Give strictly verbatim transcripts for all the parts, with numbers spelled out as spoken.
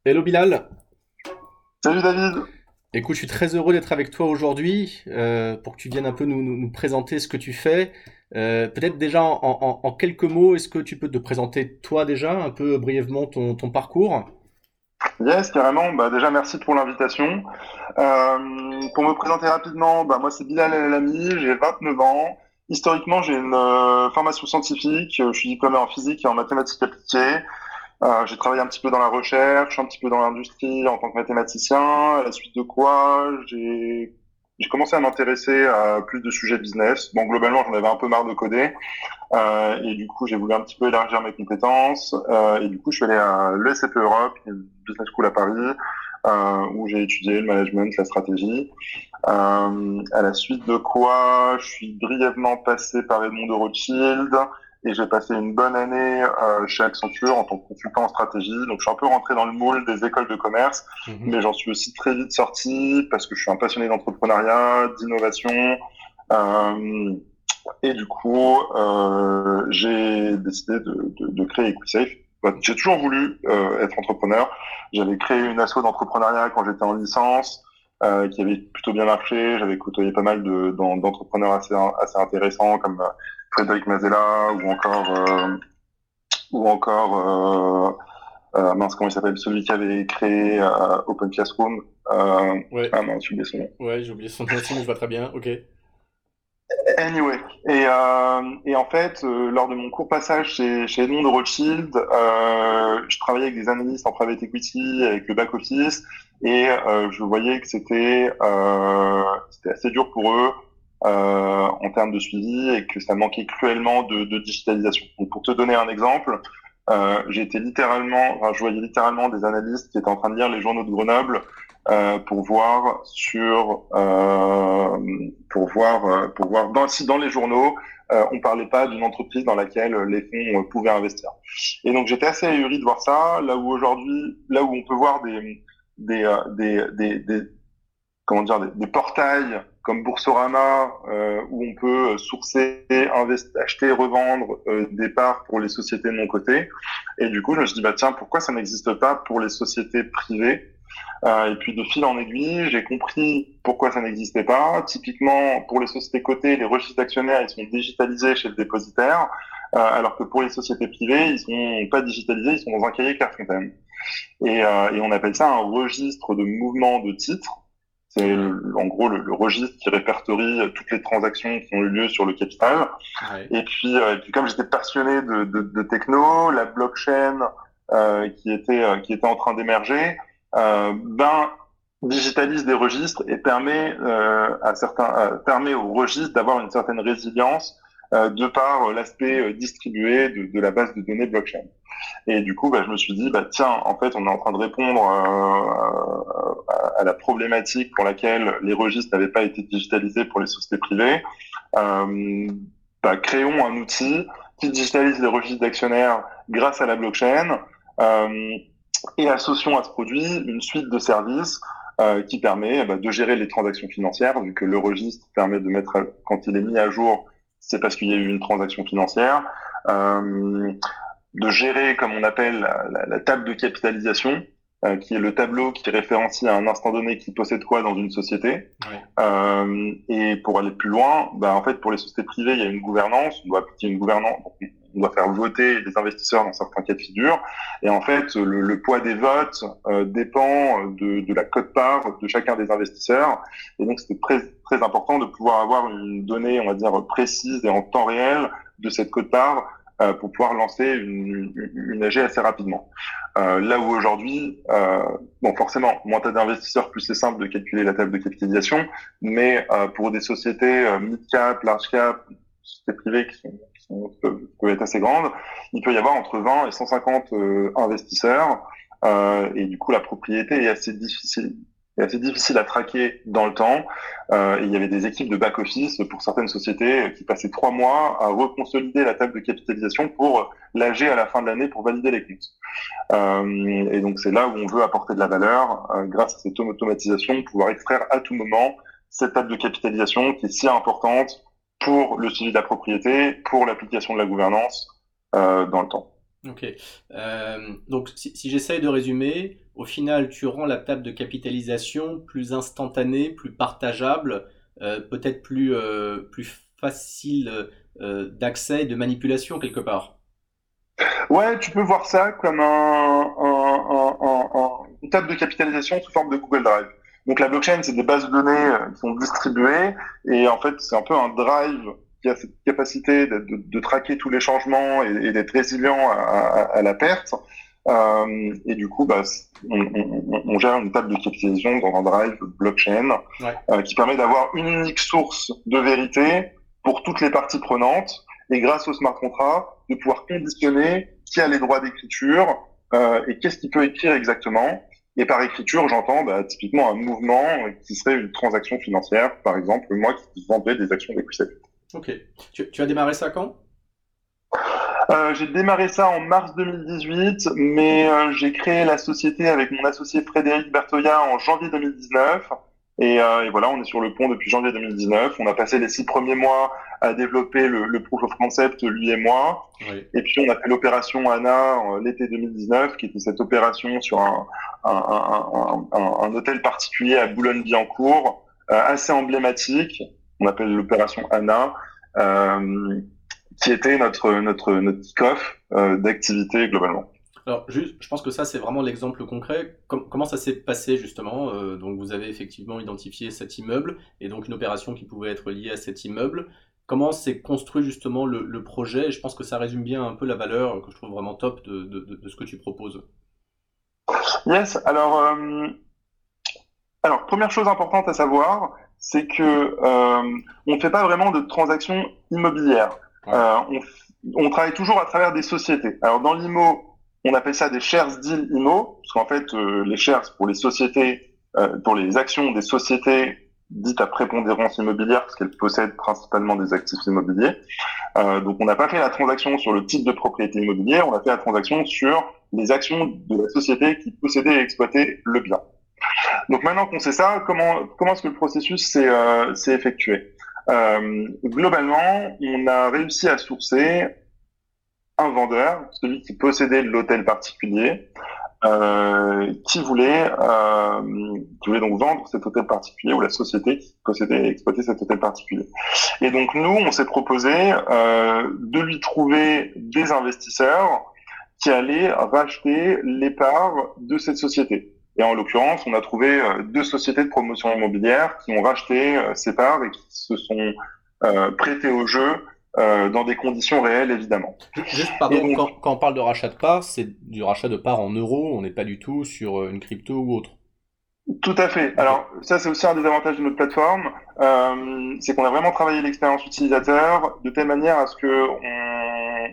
Hello Bilal, Salut David. écoute, je suis très heureux d'être avec toi aujourd'hui euh, pour que tu viennes un peu nous, nous- nous présenter ce que tu fais. Euh, peut-être déjà en, en- en quelques mots, est-ce que tu peux te présenter toi déjà, un peu brièvement ton, ton parcours? Yes, carrément. Bah, déjà, merci pour l'invitation. Euh, pour me présenter rapidement, bah, moi, c'est Bilal El Alami, j'ai vingt-neuf ans. Historiquement, j'ai une euh, formation scientifique. Je suis diplômé en physique et en mathématiques appliquées. Euh, j'ai travaillé un petit peu dans la recherche, un petit peu dans l'industrie en tant que mathématicien, à la suite de quoi j'ai j'ai commencé à m'intéresser à plus de sujets business. Bon, globalement, j'en avais un peu marre de coder. Euh, et du coup, j'ai voulu un petit peu élargir mes compétences. Euh, et du coup, je suis allé à l'E S C P Europe, une business school à Paris, euh, où j'ai étudié le management, la stratégie. Euh, à la suite de quoi, je suis brièvement passé par Edmond de Rothschild et j'ai passé une bonne année euh, chez Accenture en tant que consultant en stratégie. Donc, je suis un peu rentré dans le moule des écoles de commerce, Mhm. mais j'en suis aussi très vite sorti parce que je suis un passionné d'entrepreneuriat, d'innovation. Euh, et du coup, euh, j'ai décidé de, de, de créer EquiSafe. Bah, j'ai toujours voulu euh, être entrepreneur. J'avais créé une asso d'entrepreneuriat quand j'étais en licence, euh, qui avait plutôt bien marché. J'avais côtoyé pas mal de, d'en- d'entrepreneurs assez, assez intéressants comme euh, Frédéric Mazella ou encore euh, ou encore euh, euh, mince comment il s'appelle celui qui avait créé euh, Open Classroom. Euh, Ouais, ah mince, j'ai oublié son nom. ouais, j'ai oublié son nom aussi, mais je vois très bien. Ok. Anyway, et, euh, et en fait, euh, lors de mon court passage chez, chez Edmond de Rothschild, euh, je travaillais avec des analystes en private equity, avec le back office, et euh, je voyais que c'était euh, c'était assez dur pour eux euh, en termes de suivi et que ça manquait cruellement de, de digitalisation. Donc, pour te donner un exemple, euh, j'ai été littéralement, enfin, je voyais littéralement des analystes qui étaient en train de lire les journaux de Grenoble euh, pour voir sur euh, pour voir euh, pour voir dans, si dans les journaux euh, on parlait pas d'une entreprise dans laquelle les fonds euh, pouvaient investir. Et donc j'étais assez ahuri de voir ça, là où aujourd'hui, là où on peut voir des des euh, des, des, des comment dire des, des portails comme Boursorama euh, où on peut sourcer, invest- acheter, revendre euh, des parts pour les sociétés de mon côté. Et du coup, je me suis dit bah tiens, pourquoi ça n'existe pas pour les sociétés privées? Euh, et puis de fil en aiguille, j'ai compris pourquoi ça n'existait pas. Typiquement, pour les sociétés cotées, les registres d'actionnaires, ils sont digitalisés chez le dépositaire, euh, alors que pour les sociétés privées, ils sont pas digitalisés, ils sont dans un cahier Clairefontaine. Et, euh, et on appelle ça un registre de mouvement de titres. C'est Ouais, le- en gros le, le registre qui répertorie toutes les transactions qui ont eu lieu sur le capital. ouais. Et puis, euh, et puis comme j'étais passionné de, de, de techno, la blockchain euh, qui était euh, qui était en train d'émerger, euh, ben digitalise des registres et permet euh, à certains euh, permet aux registres d'avoir une certaine résilience euh, de par l'aspect euh, distribué de, de la base de données blockchain. Et du coup, bah, je me suis dit, bah tiens, en fait, on est en train de répondre euh, à, à la problématique pour laquelle les registres n'avaient pas été digitalisés pour les sociétés privées. Euh, bah, créons un outil qui digitalise les registres d'actionnaires grâce à la blockchain euh, et associons à ce produit une suite de services euh, qui permet bah, de gérer les transactions financières, vu que le registre permet de mettre, quand il est mis à jour, c'est parce qu'il y a eu une transaction financière, euh, de gérer, comme on appelle, la, la, la table de capitalisation, euh, qui est le tableau qui référencie à un instant donné qui possède quoi dans une société. Ouais. Euh, et pour aller plus loin, bah, en fait, pour les sociétés privées, il y a une gouvernance. On doit appliquer une gouvernance. On doit faire voter les investisseurs dans certains cas de figure. Et en fait, le, le poids des votes euh, dépend de, de la quote-part de chacun des investisseurs. Et donc, c'était très, très important de pouvoir avoir une donnée, on va dire, précise et en temps réel de cette quote-part euh, pour pouvoir lancer une, une, une A G assez rapidement. Euh, là où aujourd'hui, euh, bon, forcément, moins t'as d'investisseurs, plus c'est simple de calculer la table de capitalisation, mais euh, pour des sociétés euh, mid-cap, large-cap, sociétés privées qui, sont, qui, sont, qui peuvent, peuvent être assez grandes, il peut y avoir entre vingt et cent cinquante euh, investisseurs, euh, et du coup, la propriété est assez difficile est assez difficile à traquer dans le temps. Euh, et il y avait des équipes de back-office pour certaines sociétés qui passaient trois mois à reconsolider la table de capitalisation pour l'A G à la fin de l'année pour valider les comptes. Euh, et donc c'est là où on veut apporter de la valeur euh, grâce à cette automatisation, pouvoir extraire à tout moment cette table de capitalisation qui est si importante pour le suivi de la propriété, pour l'application de la gouvernance euh, dans le temps. Ok. Euh, donc, si, si j'essaye de résumer, au final, tu rends la table de capitalisation plus instantanée, plus partageable, euh, peut-être plus, euh, plus facile euh, d'accès et de manipulation quelque part. Ouais, tu peux voir ça comme un, un, un, un- un- une table de capitalisation sous forme de Google Drive. Donc la blockchain, c'est des bases de données euh, qui sont distribuées et en fait, c'est un peu un drive qui a cette capacité de, de, de traquer tous les changements et, et d'être résilient à, à, à la perte. Euh, et du coup, bah, on, on, on gère une table de capitalisation dans un drive blockchain Ouais. euh, qui permet d'avoir une unique source de vérité pour toutes les parties prenantes et grâce au smart contract, de pouvoir conditionner qui a les droits d'écriture euh, et qu'est-ce qu'il peut écrire exactement. Et par écriture, j'entends bah, typiquement un mouvement qui serait une transaction financière, par exemple moi qui vendrais des actions d'Equifax. Ok. Tu, tu as démarré ça quand? Euh, j'ai démarré ça en mars deux mille dix-huit, mais euh, j'ai créé la société avec mon associé Frédéric Bertoya en janvier deux mille dix-neuf. Et, euh, et voilà, on est sur le pont depuis janvier deux mille dix-neuf. On a passé les six premiers mois à développer le, le proof of concept, lui et moi. Oui. Et puis on a fait l'opération ANA euh, l'été deux mille dix-neuf, qui était cette opération sur un, un, un, un, un hôtel particulier à Boulogne-Billancourt, euh, assez emblématique. On appelle l'opération ANA. Euh, qui était notre notre notre kick-off euh, d'activité globalement. Alors, juste, je pense que ça, c'est vraiment l'exemple concret. Com- comment ça s'est passé justement? Euh, donc, vous avez effectivement identifié cet immeuble et donc une opération qui pouvait être liée à cet immeuble. Comment s'est construit justement le, le projet? Et je pense que ça résume bien un peu la valeur que je trouve vraiment top de, de, de- de ce que tu proposes. Yes, alors euh, alors première chose importante à savoir, c'est que euh, on ne fait pas vraiment de transactions immobilières. Ouais. Euh, on, on travaille toujours à travers des sociétés. Alors dans l'IMO, on appelle ça des shares deal IMO, parce qu'en fait euh, les shares c'est pour les sociétés, euh, pour les actions des sociétés dites à prépondérance immobilière, parce qu'elles possèdent principalement des actifs immobiliers. Euh, donc on n'a pas fait la transaction sur le type de propriété immobilière, on a fait la transaction sur les actions de la société qui possédait et exploitait le bien. Donc maintenant qu'on sait ça, comment comment est-ce que le processus s'est euh, s'est effectué? Euh, globalement, on a réussi à sourcer un vendeur, celui qui possédait l'hôtel particulier, euh, qui voulait euh, qui voulait donc vendre cet hôtel particulier ou la société qui possédait et exploitait cet hôtel particulier. Et donc nous, on s'est proposé euh, de lui trouver des investisseurs qui allaient racheter les parts de cette société. Et en l'occurrence, on a trouvé euh, deux sociétés de promotion immobilière qui ont racheté euh, ces parts et qui se sont euh, prêtées au jeu euh, dans des conditions réelles, évidemment. Ju- Juste, Et pardon, donc, quand, quand on parle de rachat de parts, c'est du rachat de parts en euros, on n'est pas du tout sur euh, une crypto ou autre. tout à fait. Ok. Alors, ça, c'est aussi un des avantages de notre plateforme, euh, c'est qu'on a vraiment travaillé l'expérience utilisateur de telle manière à ce que on,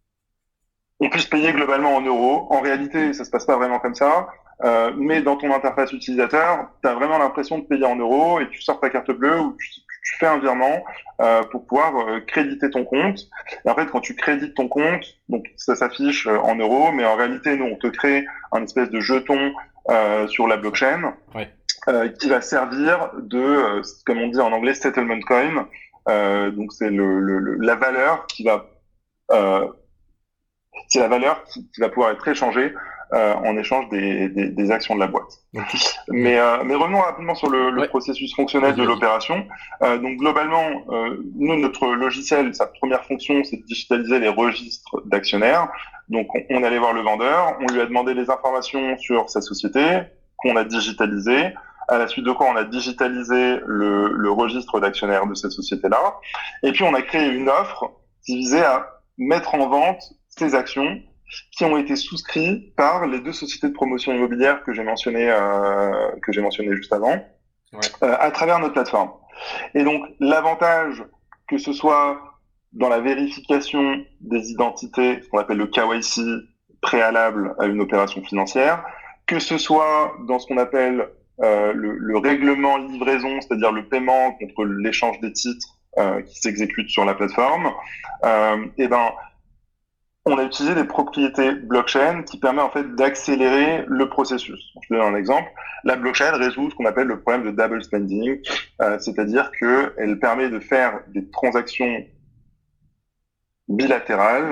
on puisse payer globalement en euros. En réalité, ça se passe pas vraiment comme ça. Euh, mais dans ton interface utilisateur, tu as vraiment l'impression de payer en euros et tu sors ta carte bleue ou tu, tu fais un virement euh, pour pouvoir euh, créditer ton compte. Et en fait, quand tu crédites ton compte, donc ça s'affiche euh, en euros, mais en réalité, nous, on te crée un espèce de jeton euh, sur la blockchain Ouais. euh, qui va servir de, euh, comme on dit en anglais, settlement coin. Euh, donc c'est le, le, le, la valeur qui va euh, c'est la valeur qui, qui va pouvoir être échangée euh, en échange des, des, des actions de la boîte. Donc tout. Mais, euh, mais revenons rapidement sur le, le Ouais. processus fonctionnel Vas-y, de vas-y. l'opération. Euh, donc globalement, euh, nous, notre logiciel, sa première fonction, c'est de digitaliser les registres d'actionnaires. Donc on, on allait voir le vendeur, on lui a demandé les informations sur sa société, qu'on a digitalisé. À la suite de quoi, on a digitalisé le, le registre d'actionnaires de cette société-là. Et puis on a créé une offre qui visait à mettre en vente ces actions qui ont été souscrits par les deux sociétés de promotion immobilière que j'ai mentionnées euh, que j'ai mentionné juste avant Ouais. euh, à travers notre plateforme. Et donc l'avantage que ce soit dans la vérification des identités, ce qu'on appelle le K Y C préalable à une opération financière, que ce soit dans ce qu'on appelle euh, le, le règlement livraison, c'est-à-dire le paiement contre l'échange des titres euh, qui s'exécute sur la plateforme, euh, et ben on a utilisé des propriétés blockchain qui permettent en fait d'accélérer le processus. Je te donne un exemple. La blockchain résout ce qu'on appelle le problème de double spending, euh, c'est-à-dire qu'elle permet de faire des transactions bilatérales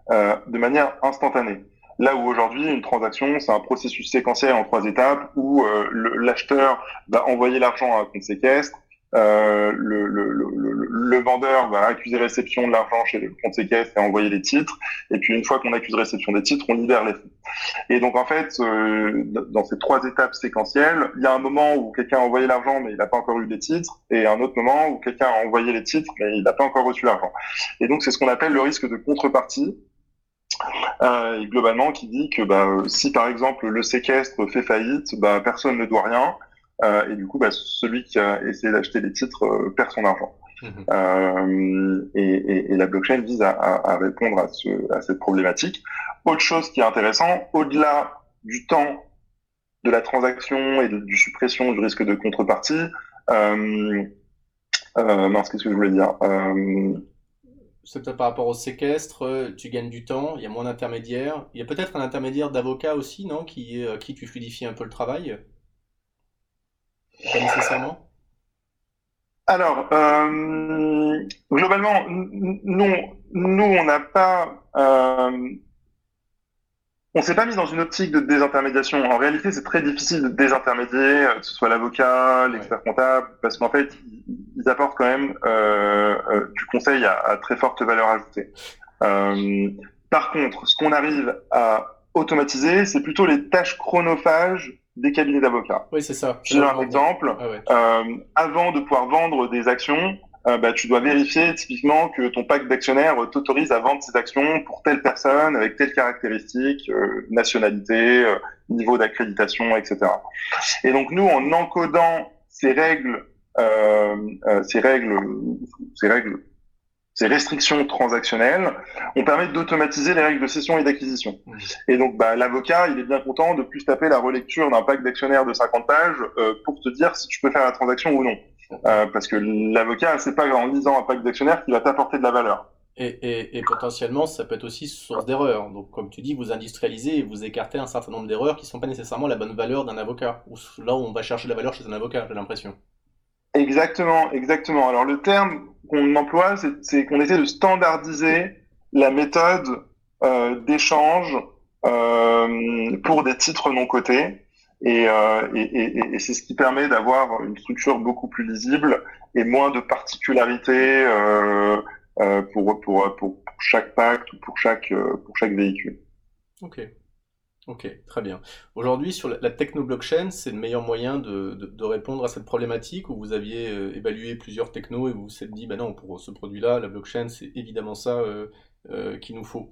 euh, de manière instantanée. Là où aujourd'hui, une transaction, c'est un processus séquentiel en trois étapes où euh, le- l'acheteur va envoyer l'argent à un compte séquestre, euh, le, le, le, le, le vendeur va accuser réception de l'argent chez le compte séquestre et envoyer les titres. Et puis une fois qu'on accuse réception des titres, on libère les fonds. Et donc en fait, euh, dans ces trois étapes séquentielles, il y a un moment où quelqu'un a envoyé l'argent mais il n'a pas encore eu les titres, et un autre moment où quelqu'un a envoyé les titres mais il n'a pas encore reçu l'argent. Et donc c'est ce qu'on appelle le risque de contrepartie, euh, et globalement qui dit que bah, si par exemple le séquestre fait faillite, bah, personne ne doit rien, euh, et du coup bah, celui qui a essayé d'acheter les titres euh, perd son argent. Mhm. Euh, et, et, et la blockchain vise à, à, à répondre à, ce, à cette problématique. Autre chose qui est intéressant, au-delà du temps de la transaction et de, du suppression du risque de contrepartie, euh, euh, mince, qu'est-ce que je voulais dire euh, C'est peut-être par rapport au séquestre, euh, tu gagnes du temps, il y a moins d'intermédiaires. Il y a peut-être un intermédiaire d'avocat aussi, non, qui, est- à qui tu fluidifies un peu le travail? Ou pas nécessairement? Alors, euh, globalement, n- nous, nous, on n'a pas, euh, on s'est pas mis dans une optique de désintermédiation. En réalité, c'est très difficile de désintermédier, euh, que ce soit l'avocat, Ouais. l'expert comptable, parce qu'en fait, ils ils apportent quand même euh, euh, du conseil à, à très forte valeur ajoutée. Euh, Par contre, ce qu'on arrive à automatiser, c'est plutôt les tâches chronophages des cabinets d'avocats. Oui, c'est ça, c'est Je là où donne je veux un en venir. exemple. Ah ouais. Euh, Avant de pouvoir vendre des actions, euh, bah, tu dois vérifier typiquement que ton pacte d'actionnaires t'autorise à vendre ces actions pour telle personne, avec telle caractéristique, euh, nationalité, euh, niveau d'accréditation, et cetera. Et donc nous, en encodant ces règles, euh, euh, ces règles, ces règles ces restrictions transactionnelles, on permet d'automatiser les règles de cession et d'acquisition. Mhm. Et donc, bah, l'avocat, il est bien content de plus taper la relecture d'un pacte d'actionnaires de cinquante pages euh, pour te dire si tu peux faire la transaction ou non. Euh, parce que l'avocat, c'est pas en lisant un pacte d'actionnaires qu'il va t'apporter de la valeur. Et, et, et potentiellement, ça peut être aussi source d'erreur. Donc, comme tu dis, vous industrialisez et vous écartez un certain nombre d'erreurs qui ne sont pas nécessairement la bonne valeur d'un avocat. Ou là où on va chercher la valeur chez un avocat, j'ai l'impression. Exactement, exactement. Alors le terme qu'on emploie, c'est c'est qu'on essaie de standardiser la méthode euh, d'échange euh, pour des titres non cotés. Et, euh, et, et, et c'est ce qui permet d'avoir une structure beaucoup plus lisible et moins de particularités euh, euh, pour, pour, pour, pour chaque pacte ou pour chaque, euh, pour chaque véhicule. Ok. Ok, très bien. Aujourd'hui, sur la, la techno-blockchain, c'est le meilleur moyen de, de- de répondre à cette problématique où vous aviez euh, évalué plusieurs technos et vous vous êtes dit, bah non, pour ce produit-là, la blockchain, c'est évidemment ça euh, euh, qu'il nous faut.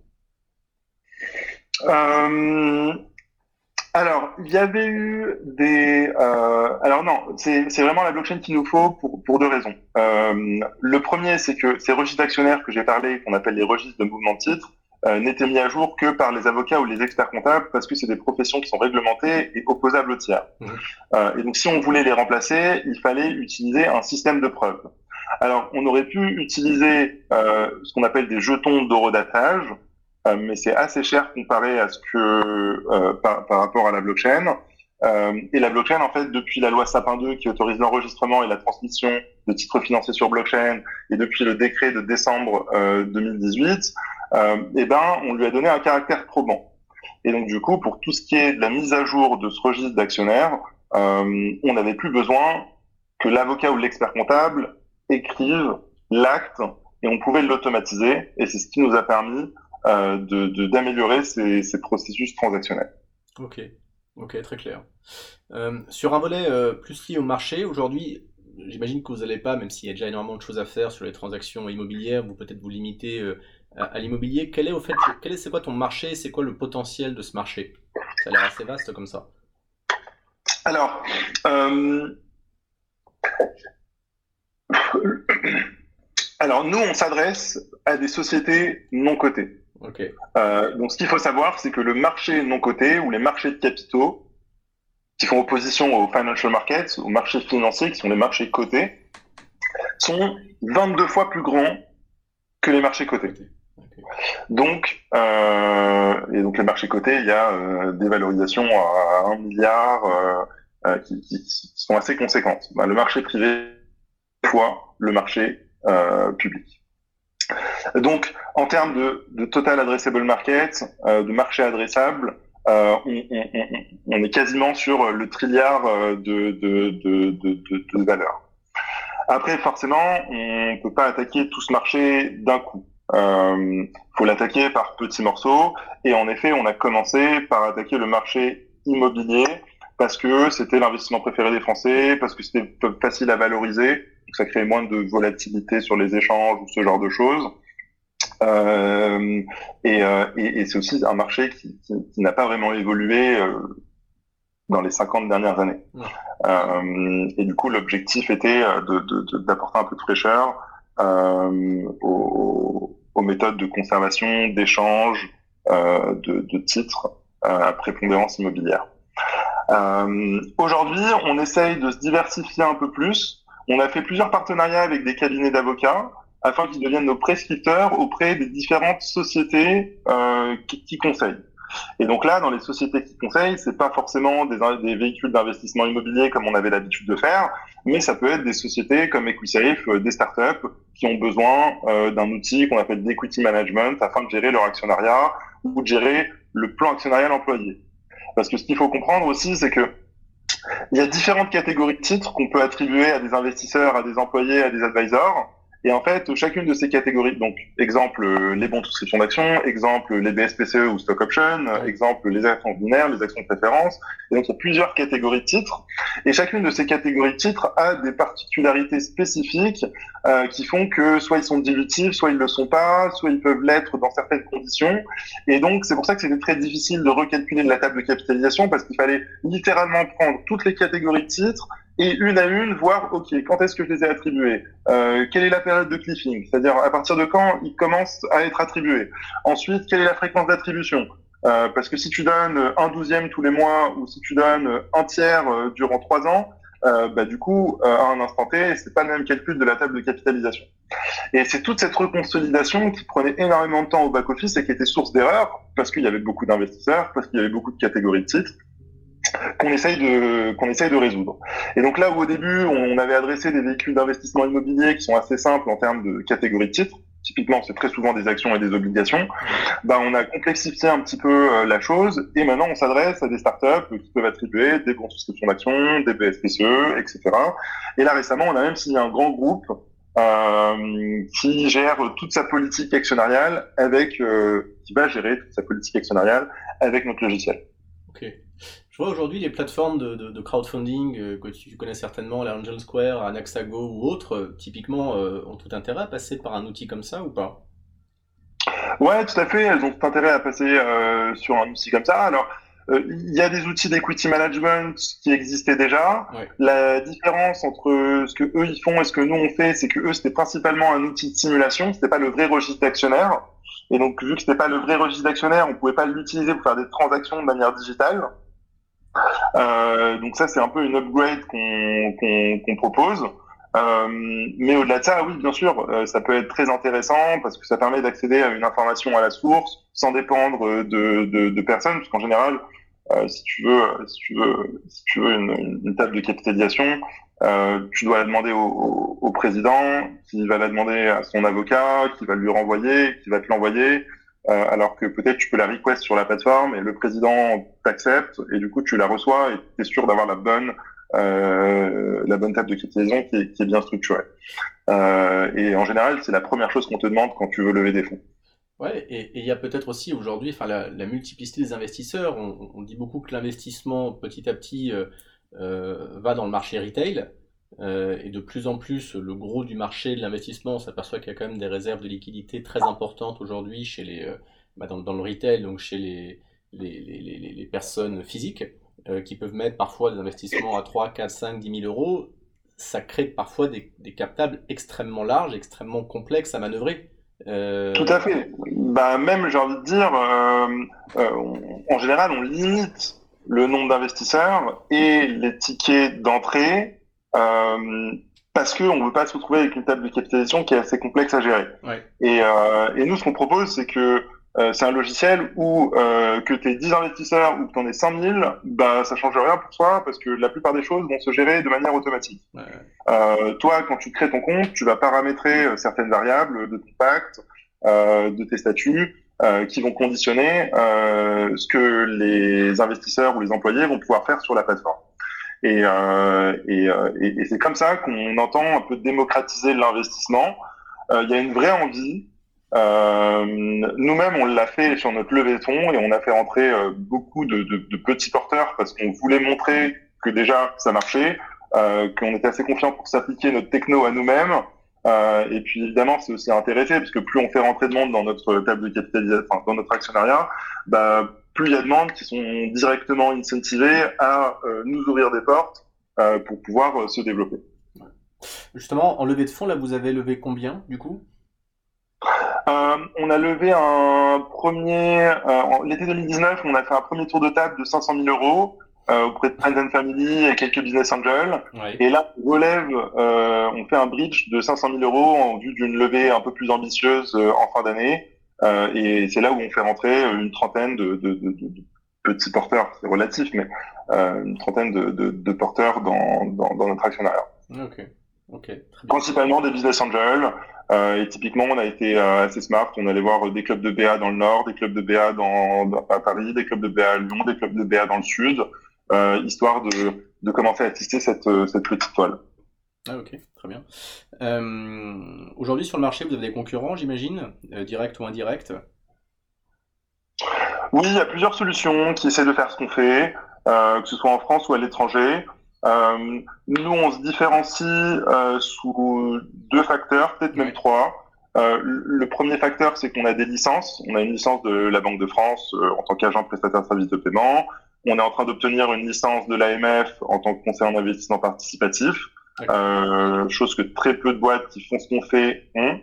Euh, Alors, il y avait eu des... euh, alors non, c'est c'est vraiment la blockchain qu'il nous faut pour, pour deux raisons. Euh, le premier, c'est que ces registres d'actionnaires que j'ai parlé, qu'on appelle les registres de mouvement de titres, euh, n'étaient mis à jour que par les avocats ou les experts comptables parce que c'est des professions qui sont réglementées et opposables aux tiers. Mhm. Euh, et donc, si on voulait les remplacer, il fallait utiliser un système de preuve. Alors, on aurait pu utiliser euh, ce qu'on appelle des jetons d'horodatage, euh, mais c'est assez cher comparé à ce que euh, par, par rapport à la blockchain. Euh, et la blockchain, en fait, depuis la loi Sapin deux qui autorise l'enregistrement et la transmission de titres financiers sur blockchain, et depuis le décret de décembre euh, deux mille dix-huit, euh, eh ben, on lui a donné un caractère probant. Et donc, du coup, pour tout ce qui est de la mise à jour de ce registre d'actionnaires, euh, on n'avait plus besoin que l'avocat ou l'expert comptable écrive l'acte et on pouvait l'automatiser. Et c'est ce qui nous a permis euh, de, de- d'améliorer ces, ces processus transactionnels. Ok, ok, très clair. Euh, sur un volet euh, plus lié au marché, aujourd'hui, j'imagine que vous n'allez pas, même s'il y a déjà énormément de choses à faire sur les transactions immobilières, vous peut-être vous limiter euh, à, à l'immobilier. Quel est au fait, quel est, c'est quoi ton marché? C'est quoi le potentiel de ce marché? Ça a l'air assez vaste comme ça. Alors, euh, alors nous, on s'adresse à des sociétés non cotées. Ok. Euh, donc, ce qu'il faut savoir, c'est que le marché non coté ou les marchés de capitaux qui font opposition aux financial markets, aux marchés financiers qui sont les marchés cotés, sont vingt-deux fois plus grands que les marchés cotés. Côté. Ok. Donc, euh, et donc les marchés cotés, il y a euh, des valorisations à un milliard euh, euh, qui, qui, qui sont assez conséquentes. Ben, le marché privé fois le marché euh, public. Donc, En termes de, de total addressable market, euh, de marché adressable, euh, on, on, on, on est quasiment sur le trilliard de, de, de, de, de, de valeur. Après, forcément, on peut pas attaquer tout ce marché d'un coup. Euh, faut l'attaquer par petits morceaux. Et en effet, on a commencé par attaquer le marché immobilier parce que c'était l'investissement préféré des Français, parce que c'était facile à valoriser, donc ça créait moins de volatilité sur les échanges ou ce genre de choses. Euh, et, euh, et, et c'est aussi un marché qui, qui, qui n'a pas vraiment évolué euh, dans les cinquante dernières années. Ouais. Euh, et du coup, l'objectif était de, de, de, d'apporter un peu de fraîcheur euh, aux, aux méthodes de conservation, d'échange, euh, de, de titres euh, à prépondérance immobilière. Euh, aujourd'hui, on essaye de se diversifier un peu plus. On a fait plusieurs partenariats avec des cabinets d'avocats afin qu'ils deviennent nos prescripteurs auprès des différentes sociétés euh, qui, qui conseillent. Et donc là, dans les sociétés qui conseillent, c'est pas forcément des, des véhicules d'investissement immobilier comme on avait l'habitude de faire, mais ça peut être des sociétés comme EquiSafe, des startups qui ont besoin euh, d'un outil qu'on appelle d'equity management afin de gérer leur actionnariat ou de gérer le plan actionnarial employé. Parce que ce qu'il faut comprendre aussi, c'est que il y a différentes catégories de titres qu'on peut attribuer à des investisseurs, à des employés, à des advisors. Et en fait, chacune de ces catégories, donc exemple les bons de souscription d'actions, exemple les B S P C E ou stock option, ouais. exemple les actions binaires, les actions de préférence. Et donc il y a plusieurs catégories de titres. Et chacune de ces catégories de titres a des particularités spécifiques euh, qui font que soit ils sont dilutifs, soit ils le sont pas, soit ils peuvent l'être dans certaines conditions. Et donc c'est pour ça que c'était très difficile de recalculer de la table de capitalisation parce qu'il fallait littéralement prendre toutes les catégories de titres et une à une, voir, ok, quand est-ce que je les ai attribués, euh, quelle est la période de cliffing, c'est-à-dire à partir de quand ils commencent à être attribués. Ensuite, quelle est la fréquence d'attribution, euh, parce que si tu donnes un douzième tous les mois ou si tu donnes un tiers euh, durant trois ans, euh, bah du coup, euh, à un instant T, c'est pas le même calcul de la table de capitalisation. Et c'est toute cette reconsolidation qui prenait énormément de temps au back-office et qui était source d'erreurs, parce qu'il y avait beaucoup d'investisseurs, parce qu'il y avait beaucoup de catégories de titres, qu'on essaye de qu'on essaye de résoudre. Et donc là où au début on avait adressé des véhicules d'investissement immobilier qui sont assez simples en termes de catégories de titres, typiquement c'est très souvent des actions et des obligations, bah on a complexifié un petit peu euh, la chose et maintenant on s'adresse à des startups qui peuvent attribuer des bons souscriptions d'actions, des B S P C E, et cetera. Et là récemment on a même signé un grand groupe euh, qui gère toute sa politique actionnariale avec euh, qui va gérer toute sa politique actionnariale avec notre logiciel. Ok. Je vois aujourd'hui les plateformes de, de, de crowdfunding euh, que tu connais certainement, la Angel Square, Anaxago ou autres, euh, typiquement euh, ont tout intérêt à passer par un outil comme ça ou pas? Ouais, tout à fait. Elles ont tout intérêt à passer euh, sur un outil comme ça. Alors, euh, il y a des outils d'equity management qui existaient déjà. Ouais. La différence entre ce que eux ils font et ce que nous on fait, c'est que eux c'était principalement un outil de simulation. C'était pas le vrai registre d'actionnaires. Et donc, vu que c'était pas le vrai registre d'actionnaires, on pouvait pas l'utiliser pour faire des transactions de manière digitale. Euh, donc ça, c'est un peu une upgrade qu'on qu'on, qu'on propose. Euh, mais au-delà de ça, oui, bien sûr, euh, ça peut être très intéressant parce que ça permet d'accéder à une information à la source sans dépendre de, de, de personnes, parce qu'en général, euh, si tu veux, si tu veux, si tu veux une, une table de capitalisation, euh, tu dois la demander au, au, au président, qui va la demander à son avocat, qui va lui renvoyer, qui va te l'envoyer. Euh, alors que peut-être tu peux la request sur la plateforme et le président t'accepte et du coup tu la reçois et tu es sûr d'avoir la bonne euh, la bonne table de capitalisation qui est, qui est bien structurée. Euh, et en général, c'est la première chose qu'on te demande quand tu veux lever des fonds. Ouais, et il y a peut-être aussi aujourd'hui, enfin la, la multiplicité des investisseurs. On, on dit beaucoup que l'investissement petit à petit euh, euh, va dans le marché retail. Euh, et de plus en plus, le gros du marché de l'investissement, on s'aperçoit qu'il y a quand même des réserves de liquidité très importantes aujourd'hui chez les, euh, bah dans, dans le retail, donc chez les, les, les, les, les personnes physiques, euh, qui peuvent mettre parfois des investissements à trois, quatre, cinq, dix mille euros. Ça crée parfois des, des captables extrêmement larges, extrêmement complexes à manœuvrer. Euh... Tout à fait. Bah, même, j'ai envie de dire, euh, euh, on, en général, on limite le nombre d'investisseurs et les tickets d'entrée. Euh, parce qu'on ne veut pas se retrouver avec une table de capitalisation qui est assez complexe à gérer. Ouais. Et, euh, et nous, ce qu'on propose, c'est que euh, c'est un logiciel où euh, que tu aies dix investisseurs ou que tu en aies cinq mille, bah, ça ne change rien pour toi parce que la plupart des choses vont se gérer de manière automatique. Ouais. Euh, toi, quand tu crées ton compte, tu vas paramétrer certaines variables de ton pacte, euh, de tes statuts euh, qui vont conditionner euh, ce que les investisseurs ou les employés vont pouvoir faire sur la plateforme. Et, euh, et, euh, et, et c'est comme ça qu'on entend un peu démocratiser l'investissement. Euh, Il y a une vraie envie. Euh, nous-mêmes, on l'a fait sur notre levée de fonds et on a fait rentrer euh, beaucoup de, de, de petits porteurs parce qu'on voulait montrer que déjà ça marchait, euh, qu'on était assez confiant pour s'appliquer notre techno à nous-mêmes. Euh, et puis évidemment, c'est aussi intéressé parce que plus on fait rentrer de monde dans notre table de capitalisation, enfin, dans notre actionnariat, bah, plus il y a de monde qui sont directement incentivés à euh, nous ouvrir des portes euh, pour pouvoir euh, se développer. Justement, en levée de fonds, là, vous avez levé combien, du coup? Euh, on a levé un premier, euh, en- l'été deux mille dix-neuf, on a fait un premier tour de table de cinq cent mille euros euh, auprès de Friends and Family et quelques business angels. Oui. Et là, on relève, euh, on fait un bridge de cinq cent mille euros en vue d'une levée un peu plus ambitieuse euh, en fin d'année. Euh, et c'est là où on fait rentrer une trentaine de, de, de, de- de petits porteurs, c'est relatif, mais euh, une trentaine de, de, de porteurs dans, dans, dans notre actionnariat. Ok, ok, très bien. Principalement des business angels. Euh, et typiquement, on a été euh, assez smart. On allait voir des clubs de B A dans le nord, des clubs de B A dans, dans- à Paris, des clubs de B A à Lyon, des clubs de B A dans le sud, euh, histoire de, de commencer à tisser cette, euh, cette petite toile. Ah, ok, très bien. Euh, aujourd'hui, sur le marché, vous avez des concurrents, j'imagine, euh, direct ou indirect. Oui, il y a plusieurs solutions qui essaient de faire ce qu'on fait, euh, que ce soit en France ou à l'étranger. Euh, nous, on se différencie euh, sous deux facteurs, peut-être même Ouais. trois. Euh, le premier facteur, c'est qu'on a des licences. On a une licence de la Banque de France euh, en tant qu'agent prestataire de services de paiement. On est en train d'obtenir une licence de l'A M F en tant que conseiller en investissement participatif, D'accord. euh, chose que très peu de boîtes qui font ce qu'on fait ont.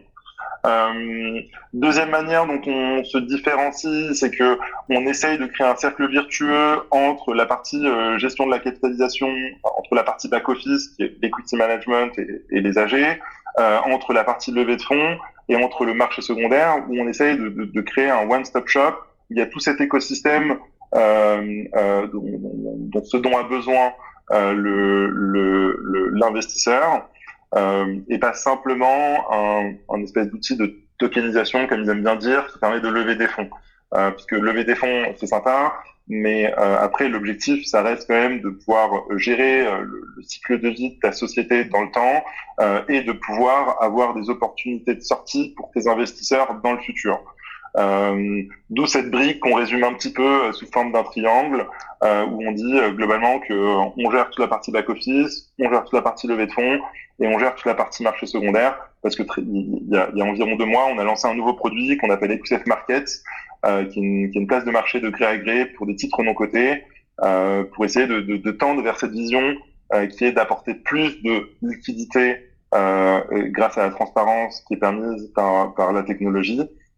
Euh, deuxième manière dont on se différencie, c'est que on essaye de créer un cercle vertueux entre la partie euh, gestion de la capitalisation, enfin, entre la partie back office qui est l'equity management et, et les A G, euh, entre la partie levée de fonds et entre le marché secondaire, où on essaye de, de, de créer un one-stop shop. Il y a tout cet écosystème euh, euh, dont, dont, dont ce dont a besoin euh, le, le, le, l'investisseur euh, et pas simplement un, un espèce d'outil de tokenisation, comme ils aiment bien dire, qui permet de lever des fonds. Euh, puisque lever des fonds, c'est sympa, mais euh, après, l'objectif, ça reste quand même de pouvoir gérer euh, le, le cycle de vie de ta société dans le temps euh, et de pouvoir avoir des opportunités de sortie pour tes investisseurs dans le futur. Euh, D'où cette brique qu'on résume un petit peu euh, sous forme d'un triangle, euh, où on dit euh, globalement que euh, on gère toute la partie back office, on gère toute la partie levée de fonds et on gère toute la partie marché secondaire. Parce que il y a, il y a environ deux mois, on a lancé un nouveau produit qu'on appelle E Q C F Market, euh, qui, est une, qui est une place de marché de gré à gré pour des titres non cotés, euh, pour essayer de, de, de tendre vers cette vision euh, qui est d'apporter plus de liquidité euh, grâce à la transparence qui est permise par, par la technologie.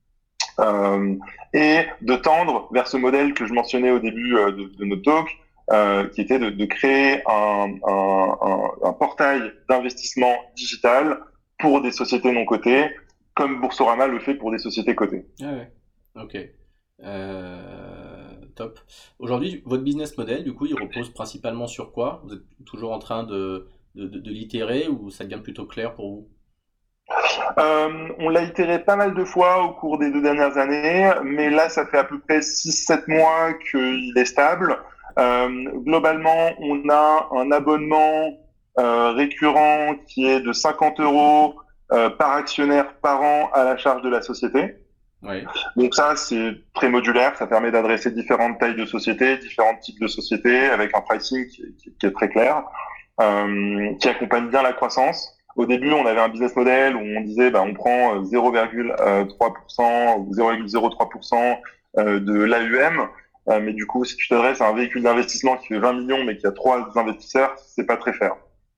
Euh, et de tendre vers ce modèle que je mentionnais au début euh, de, de notre talk, euh, qui était de, de créer un, un, un, un portail d'investissement digital pour des sociétés non cotées, comme Boursorama le fait pour des sociétés cotées. Ah ouais. Ok. Euh, top. Aujourd'hui, votre business model, du coup, il repose principalement sur quoi? Vous êtes toujours en train de, de, de- de l'itérer ou ça devient plutôt clair pour vous? Euh, on l'a itéré pas mal de fois au cours des deux dernières années, mais là, ça fait à peu près six sept mois qu'il est stable. Euh, globalement, on a un abonnement euh, récurrent qui est de cinquante euros euh, par actionnaire par an à la charge de la société. Oui. Donc ça, c'est très modulaire, ça permet d'adresser différentes tailles de sociétés, différents types de sociétés, avec un pricing qui, qui, qui est très clair, euh, qui accompagne bien la croissance. Au début, on avait un business model où on disait, bah, on prend zéro virgule trois pour cent ou zéro virgule zéro trois pour cent de l'A U M, euh, mais du coup, si tu t'adresses à un véhicule d'investissement qui fait vingt millions, mais qui a trois investisseurs, c'est pas très fair.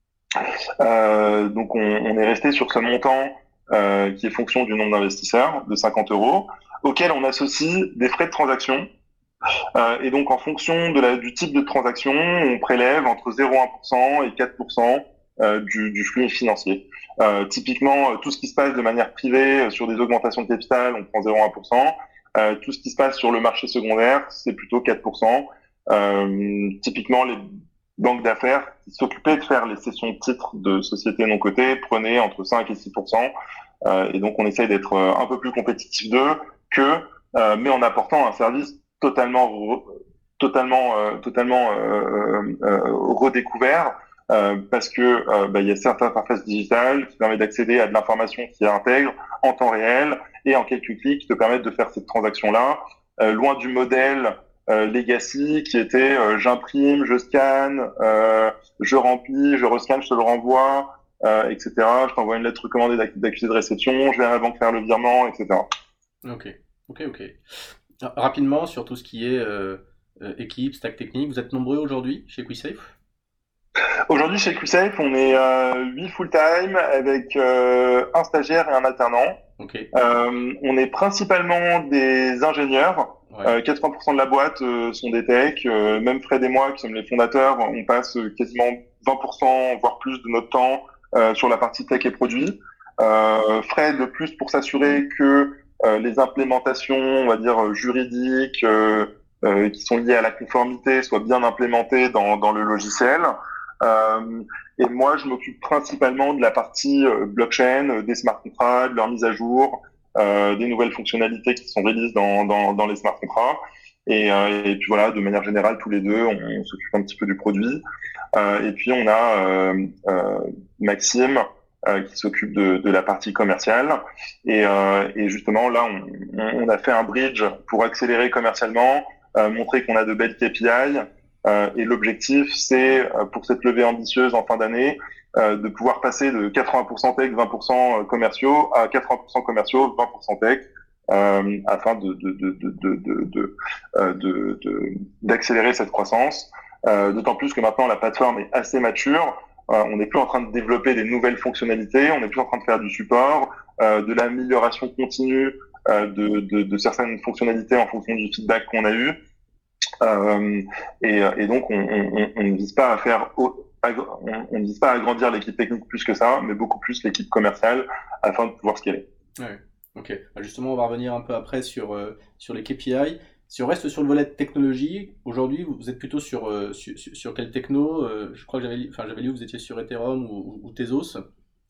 Euh, donc, on, on est resté sur ce montant euh, qui est fonction du nombre d'investisseurs, de cinquante euros, auquel on associe des frais de transaction. Euh, et donc, en fonction de la, du type de transaction, on prélève entre zéro virgule un pour cent et quatre pour cent euh, du, du flux financier. Euh, typiquement, euh, tout ce qui se passe de manière privée euh, sur des augmentations de capital, on prend zéro virgule un pour cent. Euh, tout ce qui se passe sur le marché secondaire, c'est plutôt quatre pour cent. Euh, typiquement, les banque d'affaires qui s'occupait de faire les cessions de titres de sociétés non cotées prenait entre cinq et six pour cent. Euh, et donc, on essaye d'être euh, un peu plus compétitif d'eux que, euh, mais en apportant un service totalement, re, totalement, euh, totalement euh, euh, redécouvert, euh, parce que euh, bah, il y a certaines interfaces digitales qui permettent d'accéder à de l'information qui est intègre en temps réel et en quelques clics qui te permettent de faire cette transaction-là, euh, loin du modèle euh, legacy qui était euh, j'imprime, je scanne, euh, je remplis, je rescanne, je te le renvoie. Euh, et cetera. Je t'envoie une lettre recommandée d'accusé de réception, je vais à la banque faire le virement, et cetera. Ok, ok, ok. Ah, rapidement, sur tout ce qui est euh, euh, équipe, stack technique, vous êtes nombreux aujourd'hui chez QuickSafe? Aujourd'hui, chez QSafe, on est euh, huit full-time avec euh, un stagiaire et un alternant. Ok, Euh, on est principalement des ingénieurs. ouais, Euh, quatre-vingts pour cent de la boîte euh, sont des techs. Euh, même Fred et moi, qui sommes les fondateurs, on passe quasiment vingt pour cent, voire plus de notre temps euh, sur la partie tech et produit. Euh, Fred, plus pour s'assurer que euh, les implémentations, on va dire, juridiques, euh, euh, qui sont liées à la conformité, soient bien implémentées dans, dans le logiciel. Euh, et moi, je m'occupe principalement de la partie euh, blockchain, euh, des smart contracts, de leur mise à jour, euh, des nouvelles fonctionnalités qui sont releases dans, dans, dans les smart contracts. Et, euh, et puis voilà, de manière générale, tous les deux, on, on s'occupe un petit peu du produit. Euh, et puis on a euh, euh, Maxime euh, qui s'occupe de, de la partie commerciale. Et, euh, et justement, là, on, on a fait un bridge pour accélérer commercialement, euh, montrer qu'on a de belles K P I. Euh, et l'objectif, c'est euh, pour cette levée ambitieuse en fin d'année, euh, de pouvoir passer de quatre-vingts pour cent tech, vingt pour cent commerciaux à quatre-vingts pour cent commerciaux, vingt pour cent tech, euh, afin de, de, de, de, de, de, de, euh, de, de, d'accélérer cette croissance. Euh, d'autant plus que maintenant la plateforme est assez mature. Euh, on n'est plus en train de développer des nouvelles fonctionnalités, on n'est plus en train de faire du support, euh, de l'amélioration continue euh, de, de, de certaines fonctionnalités en fonction du feedback qu'on a eu. Euh, et, et donc, on, on, on ne vise pas à faire, on, on ne vise pas à agrandir l'équipe technique plus que ça, mais beaucoup plus l'équipe commerciale afin de pouvoir scaler. ouais, ok. Bah, justement, on va revenir un peu après sur, euh, sur les K P I. Si on reste sur le volet de technologie, aujourd'hui, vous vous êtes plutôt sur, euh, sur, sur- sur quelle techno? Euh, je crois que j'avais, lu- enfin, j'avais lu que vous étiez sur Ethereum ou, ou- ou Tezos.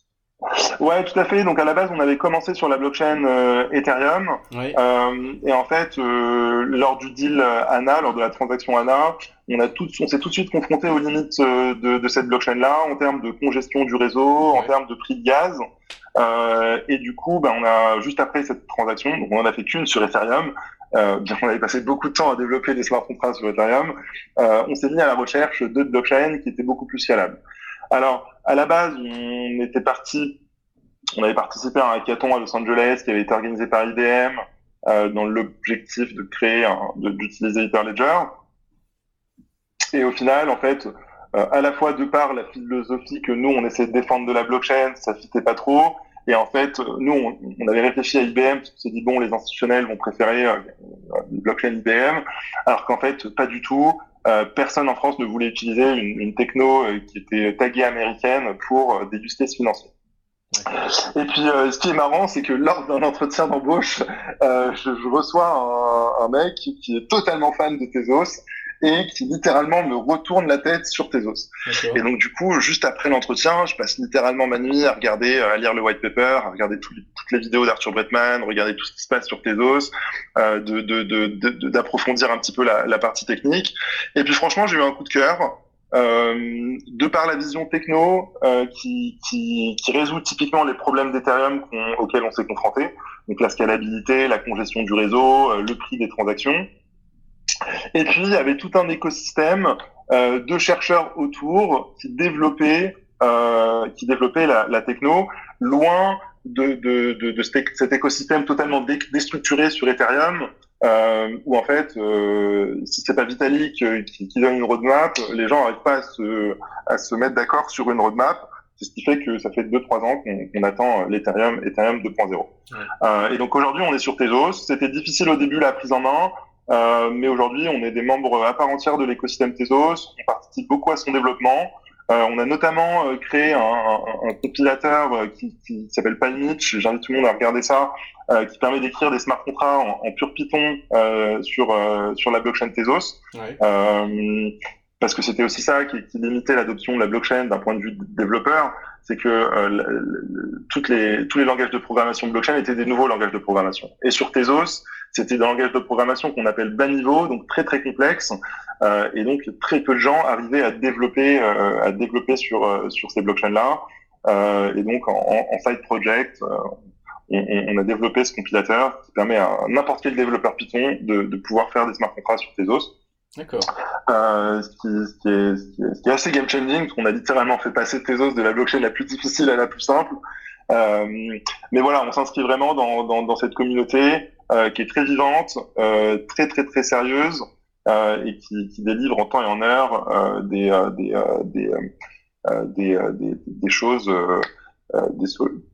Ouais, tout à fait. Donc à la base, on avait commencé sur la blockchain euh, Ethereum. Oui, Euh, et en fait, euh, lors du deal euh, A N A, lors de la transaction A N A, on a tout, on s'est tout de suite confronté aux limites euh, de, de cette blockchain-là en termes de congestion du réseau, en ouais, termes de prix de gaz. Euh, et du coup, ben, on a juste après cette transaction, donc on en a fait qu'une sur Ethereum. Euh, bien qu'on avait passé beaucoup de temps à développer des smart contracts sur Ethereum, euh, on s'est mis à la recherche d'autres blockchains qui étaient beaucoup plus scalables. Alors, à la base, on était parti, on avait participé à un hackathon à Los Angeles qui avait été organisé par I B M euh, dans l'objectif de créer, un, de- d'utiliser Hyperledger. Et au final, en fait, euh, à la fois de par la philosophie que nous, on essayait de défendre de la blockchain, ça fitait pas trop. Et en fait, nous, on, on avait réfléchi à I B M, parce qu'on s'est dit, bon, les institutionnels vont préférer euh, une blockchain I B M, alors qu'en fait, pas du tout. Euh, personne en France ne voulait utiliser une, une techno euh, qui était taguée américaine pour euh, des use cases financiers. ouais. Et puis, euh, ce qui est marrant, c'est que lors d'un entretien d'embauche, euh, je, je reçois un, un mec qui est totalement fan de Tezos et qui littéralement me retourne la tête sur Tezos. Et D'accord. donc, du coup, juste après l'entretien, je passe littéralement ma nuit à regarder, à lire le white paper, à regarder tout, toutes les vidéos d'Arthur Bretman, regarder tout ce qui se passe sur Tezos, euh, de, de, de, de, d'approfondir un petit peu la, la partie technique. Et puis, franchement, j'ai eu un coup de cœur. Euh, de par la vision techno euh, qui, qui, qui résout typiquement les problèmes d'Ethereum qu'on- auxquels on s'est confronté, donc la scalabilité, la congestion du réseau, euh, le prix des transactions. Et puis il y avait tout un écosystème euh, de chercheurs autour qui développaient, euh, qui développaient la, la techno loin de, de, de, de cet écosystème totalement dé déstructuré sur Ethereum, euh, où en fait, euh, si c'est pas Vitalik euh, qui, qui donne une roadmap, les gens n'arrivent pas à se, à se mettre d'accord sur une roadmap. C'est ce qui fait que ça fait deux trois ans qu'on qu attend l'Ethereum Ethereum deux point zéro. Ouais. Euh, et donc aujourd'hui, on est sur Tezos. C'était difficile au début la prise en main. Euh, mais aujourd'hui, on est des membres à part entière de l'écosystème Tezos. On participe beaucoup à son développement. Euh, on a notamment euh, créé un, un, un compilateur euh, qui, qui s'appelle PyMitch. J'invite tout le monde à regarder ça, euh, qui permet d'écrire des smart contracts en, en pur Python euh, sur euh, sur la blockchain Tezos. Ouais. Euh, parce que c'était aussi ça qui, qui limitait l'adoption de la blockchain d'un point de vue développeur, c'est que euh, le, le, toutes les, tous les langages de programmation blockchain étaient des nouveaux langages de programmation. Et sur Tezos, c'était des langages de programmation qu'on appelle bas niveau, donc très très complexes, euh, et donc très peu de gens arrivaient à développer, euh, à développer sur euh, sur ces blockchains-là. Euh, et donc en, en side project, euh, on, on a développé ce compilateur qui permet à n'importe quel développeur Python de, de pouvoir faire des smart contracts sur Tezos. D'accord. Euh, ce, qui, ce, qui est, ce, qui est, ce qui est assez game changing, parce qu'on a littéralement fait passer Tezos de la blockchain la plus difficile à la plus simple. Euh, mais voilà, on s'inscrit vraiment dans, dans, dans cette communauté euh, qui est très vivante, euh, très très très sérieuse euh, et qui, qui délivre en temps et en heure euh, des, euh, des, euh, des, euh, des, euh, des, des choses, euh, des,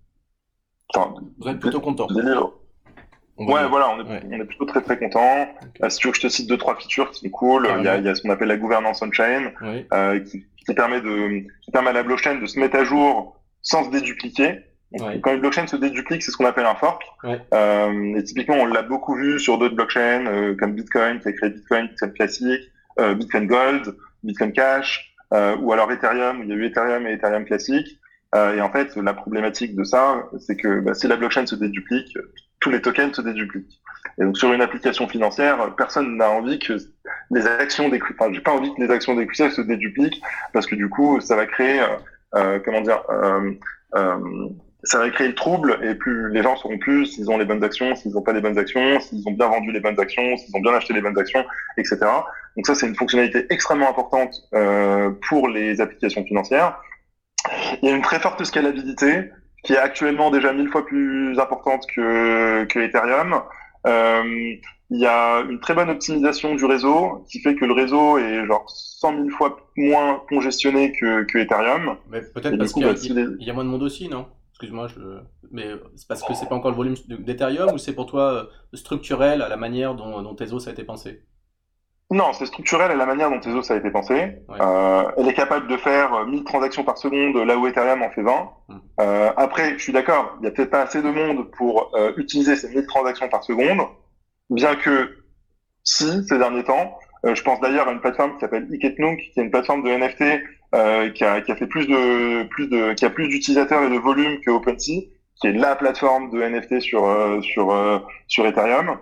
enfin, vous êtes plutôt content. Délivre. Ouais, dire. Voilà, on est, ouais. on est plutôt très très content. Okay. Euh, si tu veux que je te cite deux trois features qui sont cool, il y a, y a ce qu'on appelle la gouvernance on-chain, oui. euh, qui, qui permet de, qui permet à la blockchain de se mettre à jour sans se dédupliquer. Donc, ouais. Quand une blockchain se déduplique, c'est ce qu'on appelle un fork. Ouais. Euh, et typiquement, on l'a beaucoup vu sur d'autres blockchains, euh, comme Bitcoin, qui a créé Bitcoin, Bitcoin classique, euh, Bitcoin Gold, Bitcoin Cash, euh, ou alors Ethereum, où il y a eu Ethereum et Ethereum classique. Euh, et en fait, la problématique de ça, c'est que bah, si la blockchain se déduplique, tous les tokens se dédupliquent. Et donc, sur une application financière, personne n'a envie que les actions des, enfin, j'ai pas envie que les actions des Q C F se dédupliquent, parce que du coup, ça va créer, euh, comment dire, euh, euh, ça va créer le trouble, et plus les gens sauront plus s'ils ont les bonnes actions, s'ils n'ont pas les bonnes actions, s'ils ont bien vendu les bonnes actions, s'ils ont bien acheté les bonnes actions, et cetera. Donc ça, c'est une fonctionnalité extrêmement importante euh, pour les applications financières. Il y a une très forte scalabilité qui est actuellement déjà mille fois plus importante que, que Ethereum. Euh, il y a une très bonne optimisation du réseau qui fait que le réseau est genre cent mille fois moins congestionné que, que Ethereum. Mais peut-être parce qu'il y, bah, les... y a moins de monde aussi, non? Excuse-moi, je... mais c'est parce que c'est pas encore le volume d'Ethereum ou c'est pour toi structurel à la manière dont, dont Tezos a été pensé? Non, c'est structurel à la manière dont Tezos a été pensé. Ouais. Euh, elle est capable de faire mille transactions par seconde là où Ethereum en fait vingt. Hum. Euh, après, je suis d'accord, il y a peut-être pas assez de monde pour euh, utiliser ces mille transactions par seconde, bien que si, ces derniers temps, euh, je pense d'ailleurs à une plateforme qui s'appelle Iketnook, qui est une plateforme de N F T euh, qui, a, qui a fait plus de, plus de, qui a plus d'utilisateurs et de volume que OpenSea, qui est la plateforme de N F T sur euh, sur euh, sur Ethereum.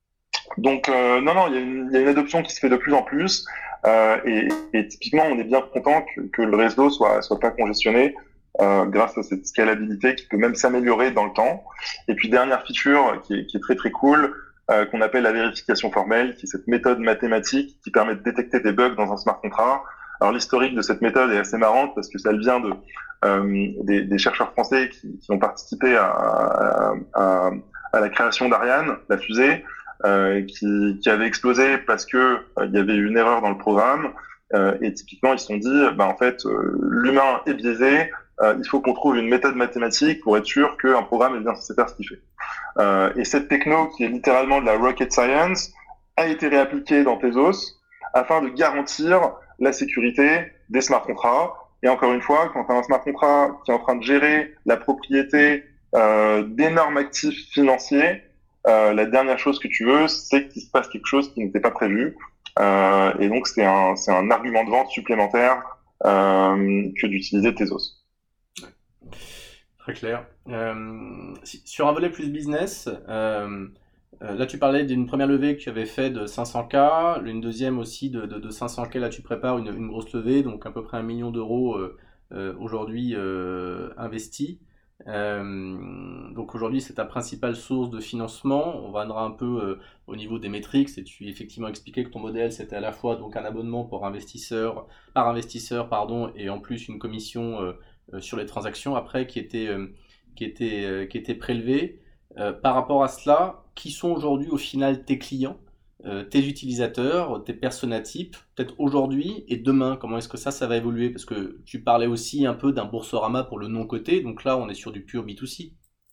Donc euh, non, non, il y, a une, il y a une adoption qui se fait de plus en plus euh, et, et typiquement, on est bien content que, que le réseau soit soit pas congestionné euh, grâce à cette scalabilité qui peut même s'améliorer dans le temps. Et puis dernière feature qui est, qui est très très cool, euh, qu'on appelle la vérification formelle, qui est cette méthode mathématique qui permet de détecter des bugs dans un smart contract. Alors l'historique de cette méthode est assez marrante parce que ça vient de euh, des, des chercheurs français qui, qui ont participé à, à, à, à la création d'Ariane, la fusée. Euh, qui, qui avait explosé parce que euh, il y avait une erreur dans le programme euh, et typiquement ils se sont dit bah en fait euh, l'humain est biaisé, euh, il faut qu'on trouve une méthode mathématique pour être sûr qu'un programme est bien censé faire ce qu'il fait. Euh, et cette techno qui est littéralement de la rocket science a été réappliquée dans Tezos afin de garantir la sécurité des smart contracts. Et encore une fois, quand tu as un smart contract qui est en train de gérer la propriété euh, d'énormes actifs financiers, Euh, la dernière chose que tu veux, c'est qu'il se passe quelque chose qui n'était pas prévu. Euh, et donc, c'est un, c'est un argument de vente supplémentaire euh, que d'utiliser Tezos. Ouais. Très clair. Euh, si, sur un volet plus business, euh, euh, là, tu parlais d'une première levée que tu avais fait de cinq cents K, une deuxième aussi de, de, de cinq cents K. Là, tu prépares une, une grosse levée, donc à peu près un million d'euros euh, euh, aujourd'hui euh, investis. Euh, donc aujourd'hui c'est ta principale source de financement. On reviendra un peu euh, au niveau des métriques et tu effectivement expliqué que ton modèle c'était à la fois donc un abonnement pour investisseur par investisseur pardon et en plus une commission euh, euh, sur les transactions après qui était euh, qui était euh, qui était prélevée. Euh, par rapport à cela, qui sont aujourd'hui au final tes clients? Euh, tes utilisateurs, tes personas types, peut-être aujourd'hui et demain, comment est-ce que ça, ça va évoluer? Parce que tu parlais aussi un peu d'un Boursorama pour le non-coté, donc là, on est sur du pur B deux C.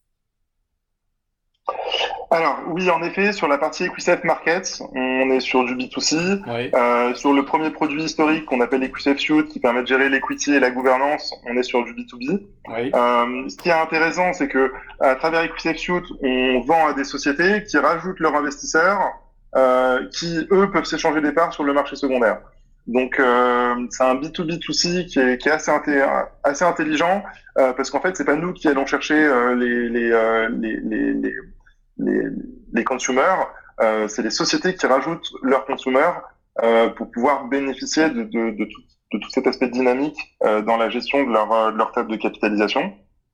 Alors, oui, en effet, sur la partie EquiSafe Markets, on est sur du B deux C. Oui. Euh, sur le premier produit historique qu'on appelle EquiSafe Suite, qui permet de gérer l'equity et la gouvernance, on est sur du B deux B. Oui. Euh, ce qui est intéressant, c'est que à travers EquiSafe Suite, on vend à des sociétés qui rajoutent leurs investisseurs, Euh, qui, eux, peuvent s'échanger des parts sur le marché secondaire. Donc, euh, c'est un B deux B deux C qui est, qui est assez, inté- assez intelligent euh, parce qu'en fait, c'est pas nous qui allons chercher euh, les, les, euh, les, les, les, les, les consommateurs, euh, c'est les sociétés qui rajoutent leurs consommateurs euh, pour pouvoir bénéficier de, de, de, tout, de tout cet aspect dynamique euh, dans la gestion de leur, euh, de leur table de capitalisation.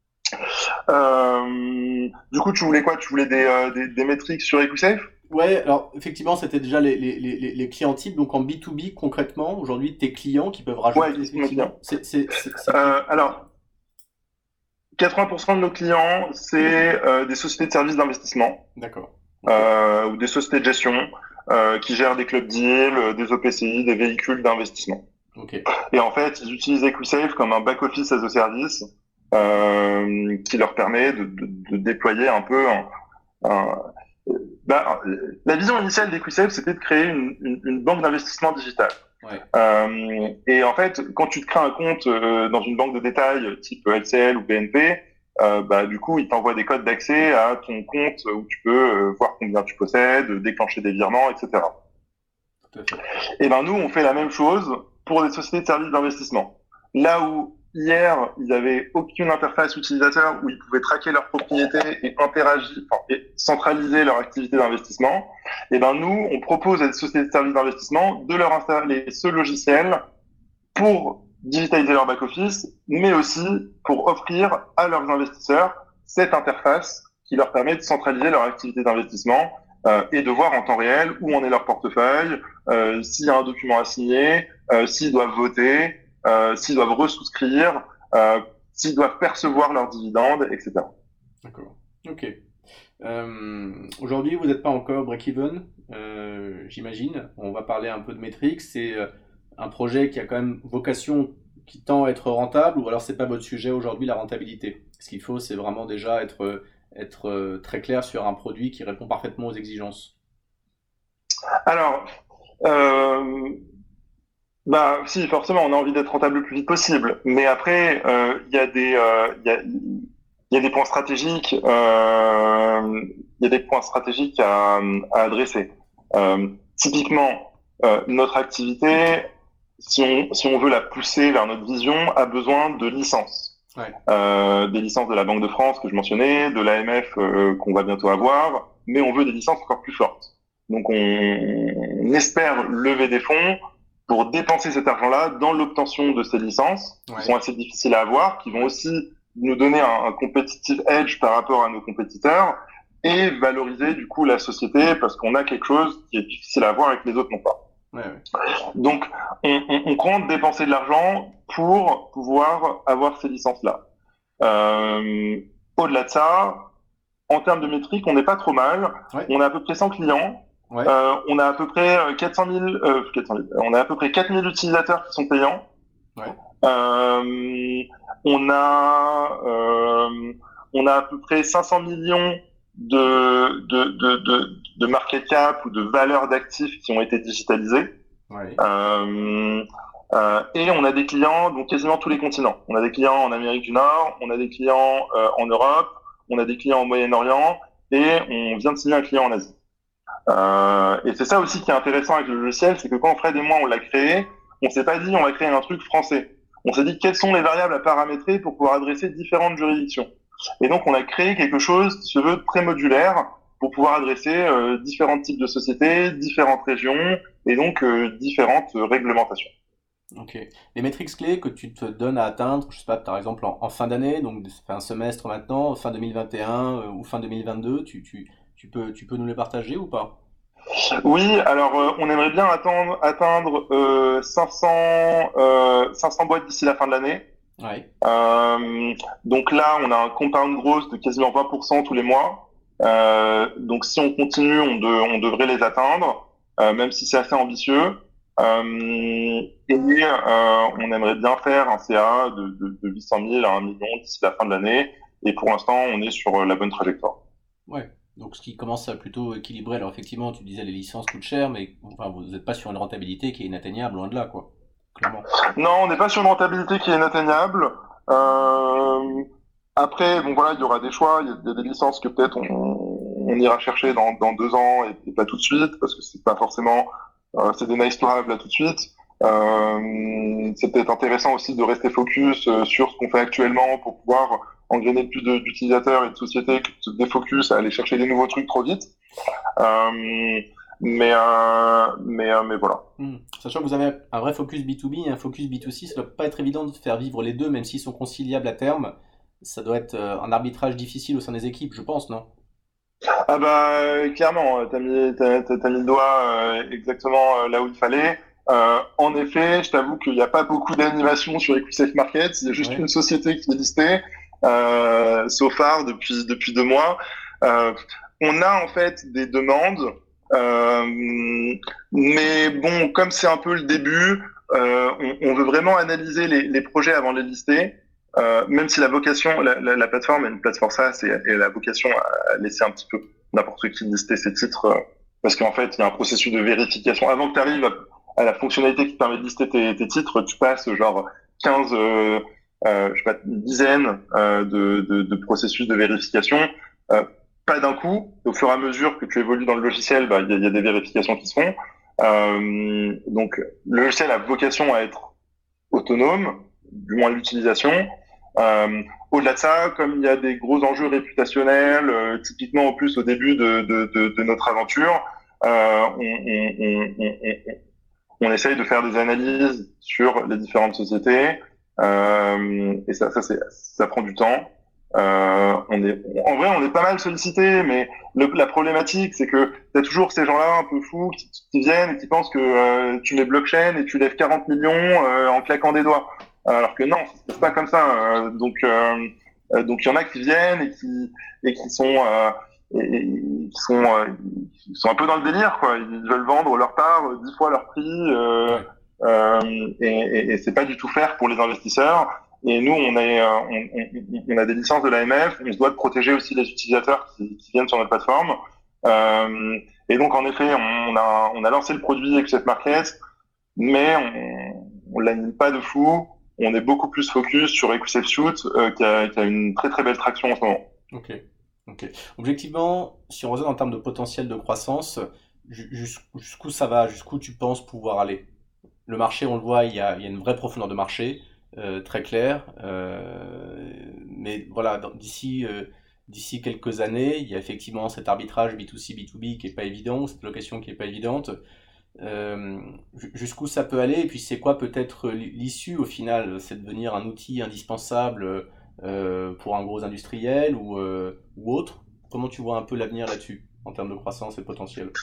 Euh, du coup, tu voulais quoi? Tu voulais des, euh, des, des métriques sur EquiSafe? Ouais, alors effectivement, c'était déjà les, les, les, les clients types. Donc en B deux B, concrètement, aujourd'hui, tes clients qui peuvent Ouais, rajouter qui sont nos clients. effectivement, c'est c'est- c'est- c'est qui? Euh, alors, quatre-vingts pour cent de nos clients, c'est euh, des sociétés de services d'investissement D'accord. Ok. euh, ou des sociétés de gestion euh, qui gèrent des clubs deals, euh, des O P C I, des véhicules d'investissement. Ok. Et en fait, ils utilisent EquiSafe comme un back-office as a service euh, qui leur permet de, de, de déployer un peu un, un, bah, la vision initiale d'EquiSafe, c'était de créer une, une, une banque d'investissement digitale. Ouais. Euh, et en fait, quand tu te crées un compte euh, dans une banque de détail type L C L ou B N P, euh, bah, du coup, il t'envoie des codes d'accès à ton compte où tu peux euh, voir combien tu possèdes, déclencher des virements, et cetera. Tout à fait. Et ben nous, on fait la même chose pour les sociétés de services d'investissement. Là où hier, ils avaient aucune interface utilisateur où ils pouvaient traquer leurs propriétés et interagir, enfin, et centraliser leur activité d'investissement, et ben nous, on propose à des sociétés de services d'investissement de leur installer ce logiciel pour digitaliser leur back-office, mais aussi pour offrir à leurs investisseurs cette interface qui leur permet de centraliser leur activité d'investissement euh, et de voir en temps réel où en est leur portefeuille, euh, s'il y a un document à signer, euh, s'ils doivent voter, euh, s'ils doivent resouscrire, euh, s'ils doivent percevoir leurs dividendes, et cetera. D'accord. Ok. Euh, aujourd'hui, vous n'êtes pas encore break-even, euh, j'imagine. On va parler un peu de métriques. C'est euh, un projet qui a quand même vocation, qui tend à être rentable, ou alors c'est pas votre sujet aujourd'hui, la rentabilité. Ce qu'il faut, c'est vraiment déjà être, être euh, très clair sur un produit qui répond parfaitement aux exigences. Alors, euh, bah si, forcément, on a envie d'être rentable le plus vite possible, mais après, euh, il y a des, euh, il y a, il y a des points stratégiques, euh, il y a des points stratégiques à, à adresser. Euh, typiquement, euh, notre activité, si on, si on veut la pousser vers notre vision, a besoin de licences. Ouais. Euh, des licences de la Banque de France que je mentionnais, de l'A M F euh, qu'on va bientôt avoir, mais on veut des licences encore plus fortes. Donc on, on espère lever des fonds pour dépenser cet argent-là dans l'obtention de ces licences, qui Ouais. sont assez difficiles à avoir, qui vont aussi nous donner un, un competitive edge par rapport à nos compétiteurs et valoriser du coup la société parce qu'on a quelque chose qui est difficile à avoir avec les autres non pas. Ouais, ouais. Donc on, on, on compte dépenser de l'argent pour pouvoir avoir ces licences-là. Euh, au-delà de ça, en termes de métriques, on n'est pas trop mal. Ouais. On a à peu près cent clients. Ouais. Euh, on a à peu près quatre cent mille, euh, quatre cent mille, on a à peu près quatre mille utilisateurs qui sont payants. Ouais. Euh, on a, euh, on a à peu près cinq cents millions de, de, de, de, de market cap ou de valeurs d'actifs qui ont été digitalisées. Ouais. Euh, euh, et on a des clients donc quasiment tous les continents. On a des clients en Amérique du Nord, on a des clients euh, en Europe, on a des clients au Moyen-Orient et on vient de signer un client en Asie. Euh, et c'est ça aussi qui est intéressant avec le logiciel, c'est que quand Fred et moi on l'a créé, on s'est pas dit on va créer un truc français. On s'est dit quelles sont les variables à paramétrer pour pouvoir adresser différentes juridictions. Et donc on a créé quelque chose qui se veut très modulaire pour pouvoir adresser euh, différents types de sociétés, différentes régions et donc euh, différentes euh, réglementations. Ok. Les métriques clés que tu te donnes à atteindre, je sais pas, par exemple en, en fin d'année, donc ça fait un semestre maintenant, fin deux mille vingt et un euh, ou fin deux mille vingt-deux, tu, tu, tu peux, tu peux nous les partager ou pas? Oui, alors euh, on aimerait bien atteindre, atteindre euh, cinq cents, euh, cinq cents boîtes d'ici la fin de l'année. Ouais. Euh, donc là, on a un compound growth de quasiment vingt pour cent tous les mois. Euh, donc si on continue, on, de, on devrait les atteindre, euh, même si c'est assez ambitieux. Euh, et euh, on aimerait bien faire un C A de, de, de huit cent mille à un million d'ici la fin de l'année. Et pour l'instant, on est sur la bonne trajectoire. Ouais. Donc ce qui commence à plutôt équilibrer. Alors effectivement, tu disais les licences coûtent cher, mais enfin, vous n'êtes pas sur une rentabilité qui est inatteignable, loin de là, quoi. Clairement. Non, on n'est pas sur une rentabilité qui est inatteignable. Euh, après, bon voilà, il y aura des choix. Il y a, il y a des licences que peut-être on, on ira chercher dans, dans deux ans et, et pas tout de suite, parce que c'est pas forcément, euh, c'est des nice to have là tout de suite. Euh, c'est peut-être intéressant aussi de rester focus euh, sur ce qu'on fait actuellement pour pouvoir engrainer plus de- d'utilisateurs et de sociétés que de se défocus à aller chercher des nouveaux trucs trop vite. Euh, mais, euh, mais, euh, mais voilà. Hmm. Sachant que vous avez un vrai focus B deux B et un focus B deux C, ça doit pas être évident de faire vivre les deux, même s'ils sont conciliables à terme. Ça doit être euh, un arbitrage difficile au sein des équipes, je pense, non? Ah bah euh, clairement, euh, t'as mis, t'as, t'as- t'as mis le doigt euh, exactement euh, là où il fallait. Euh, en effet, je t'avoue qu'il n'y a pas beaucoup d'animation sur EquiSafe Markets. Il y a juste Ouais. une société qui est listée, euh, so far, depuis, depuis deux mois. Euh, on a en fait des demandes, euh, mais bon, comme c'est un peu le début, euh, on, on veut vraiment analyser les, les projets avant de les lister. Euh, même si la vocation, la, la, la plateforme est une plateforme SaaS et, et la vocation à laisser un petit peu n'importe qui lister ses titres, euh, parce qu'en fait, il y a un processus de vérification. Avant que tu arrives à, à la fonctionnalité qui te permet de lister tes, tes titres, tu passes genre quinze, euh, euh, je sais pas, une dizaine euh, de, de, de processus de vérification. Euh, pas d'un coup. Au fur et à mesure que tu évolues dans le logiciel, bah, il y, a, y a des vérifications qui se font. Euh, donc, le logiciel a vocation à être autonome, du moins l'utilisation. Euh, Au-delà de ça, comme il y a des gros enjeux réputationnels, euh, typiquement en plus au début de, de, de, de notre aventure, euh, on, on, on, on, on essaye de faire des analyses sur les différentes sociétés, euh, et ça, ça, c'est, ça prend du temps. Euh, on est, en vrai, on est pas mal sollicité, mais le, la problématique, c'est que t'as toujours ces gens-là un peu fous qui, qui viennent et qui pensent que euh, tu mets blockchain et tu lèves quarante millions euh, en claquant des doigts. Alors que non, c'est pas comme ça. Euh, donc, euh, euh, donc il y en a qui viennent et qui et qui sont euh, et, et qui sont euh, ils sont un peu dans le délire, quoi. Ils veulent vendre leur part euh, dix fois leur prix, euh, Ouais. euh, et, et, et c'est pas du tout faire pour les investisseurs. Et nous, on, est, euh, on, on, on a des licences de l'A M F, on se doit de protéger aussi les utilisateurs qui, qui viennent sur notre plateforme. Euh, et donc, en effet, on a, on a lancé le produit Accept Market, mais on, on l'anime pas de fou. On est beaucoup plus focus sur EquiSafe Suite, euh, qui, a, qui a une très très belle traction en ce moment. Ok. Ok. Objectivement, si on raisonne en termes de potentiel de croissance, ju- jus- jusqu'où ça va, jusqu'où tu penses pouvoir aller? Le marché, on le voit, il y a, il y a une vraie profondeur de marché, euh, très claire. Euh, mais voilà, dans- d'ici euh, d'ici quelques années, il y a effectivement cet arbitrage B deux C, B deux B qui est pas évident, cette location qui est pas évidente. Euh, ju- jusqu'où ça peut aller, et puis c'est quoi peut-être l'issue au final? C'est de devenir un outil indispensable euh, pour un gros industriel ou, euh, ou autre? Comment tu vois un peu l'avenir là-dessus, en termes de croissance et potentiel?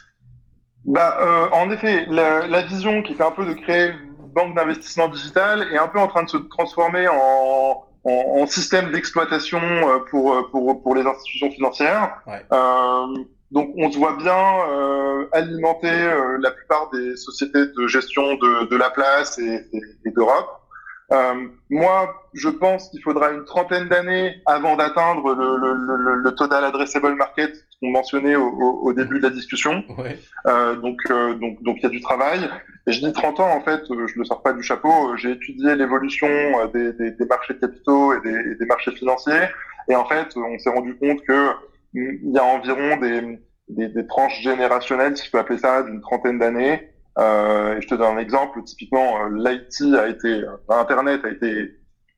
Bah, euh, en effet, la, la vision qui fait un peu de créer une banque d'investissement digital est un peu en train de se transformer en, en, en système d'exploitation euh, pour, euh, pour, pour les institutions financières. Ouais. Euh, donc, on se voit bien euh, alimenter euh, la plupart des sociétés de gestion de, de la place et, et, et d'Europe. Euh, moi, je pense qu'il faudra une trentaine d'années avant d'atteindre le, le, le, le total addressable market qu'on mentionnait au, au, au début de la discussion. Ouais. Euh, donc, euh, donc, donc il y a du travail. Et je dis trente ans, en fait, euh, je ne le sors pas du chapeau. Euh, J'ai étudié l'évolution euh, des, des, des marchés de capitaux et des, et des marchés financiers. Et en fait, on s'est rendu compte que mm, il y a environ des, des, des tranches générationnelles, si je peux appeler ça, d'une trentaine d'années. Euh, et je te donne un exemple. Typiquement, euh, l'I T a été, euh, Internet a été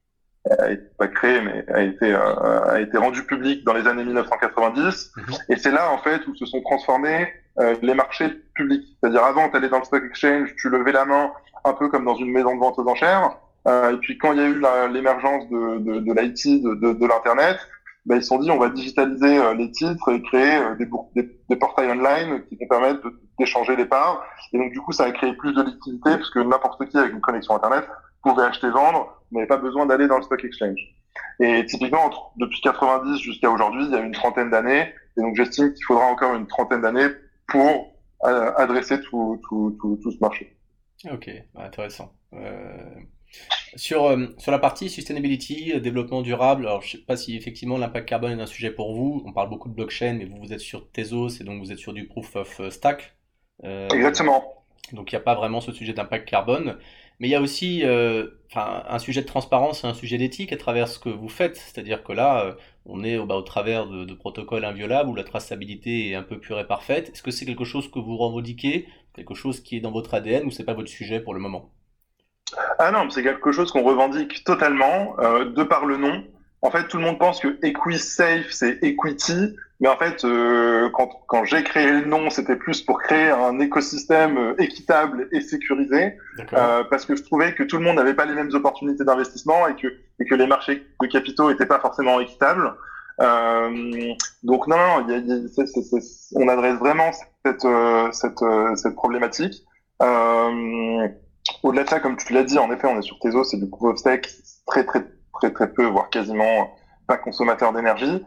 a été pas créé, mais a été euh, a été rendu public dans les années mille neuf cent quatre-vingt-dix. Mhm. Et c'est là en fait où se sont transformés euh, les marchés publics. C'est-à-dire avant, tu allais dans le stock exchange, tu levais la main un peu comme dans une maison de vente aux enchères. Euh, et puis quand il y a eu l'émergence de, de, de l'I T, de, de, de l'internet, ben, ils se sont dit on va digitaliser euh, les titres et créer euh, des, des, des portails online qui vont permettre d'échanger les parts. Et donc du coup, ça a créé plus de liquidité puisque n'importe qui avec une connexion internet pouvait acheter, vendre, n'avait pas besoin d'aller dans le stock exchange. Et typiquement, entre, depuis quatre-vingt-dix jusqu'à aujourd'hui, il y a une trentaine d'années. Et donc, j'estime qu'il faudra encore une trentaine d'années pour euh, adresser tout, tout, tout, tout ce marché. Ok, ouais, intéressant. Euh, sur, euh, sur la partie sustainability, euh, développement durable, alors je sais pas si effectivement l'impact carbone est un sujet pour vous. On parle beaucoup de blockchain, mais vous, vous êtes sur Tezos et donc vous êtes sur du proof of euh, stack. Euh, Exactement. donc il n'y a pas vraiment ce sujet d'impact carbone. Mais il y a aussi euh, enfin, un sujet de transparence et un sujet d'éthique à travers ce que vous faites. C'est-à-dire que là, euh, on est bah, au travers de, de protocoles inviolables où la traçabilité est un peu pure et parfaite. Est-ce que c'est quelque chose que vous revendiquez, quelque chose qui est dans votre A D N ou c'est pas votre sujet pour le moment? Ah non, mais c'est quelque chose qu'on revendique totalement, euh, de par le nom. En fait, tout le monde pense que EquiSafe, c'est equity, mais en fait, euh, quand, quand j'ai créé le nom, c'était plus pour créer un écosystème euh, équitable et sécurisé, D'accord. euh, parce que je trouvais que tout le monde n'avait pas les mêmes opportunités d'investissement et que, et que les marchés de capitaux n'étaient pas forcément équitables. Euh, donc non, non, il y a, il y a- c'est- c'est- c'est- on adresse vraiment cette, euh, cette, euh, cette problématique. Euh, Au-delà de ça, comme tu l'as dit, en effet, on est sur Tezos, c'est du proof of stake, très très très très peu, voire quasiment pas consommateur d'énergie.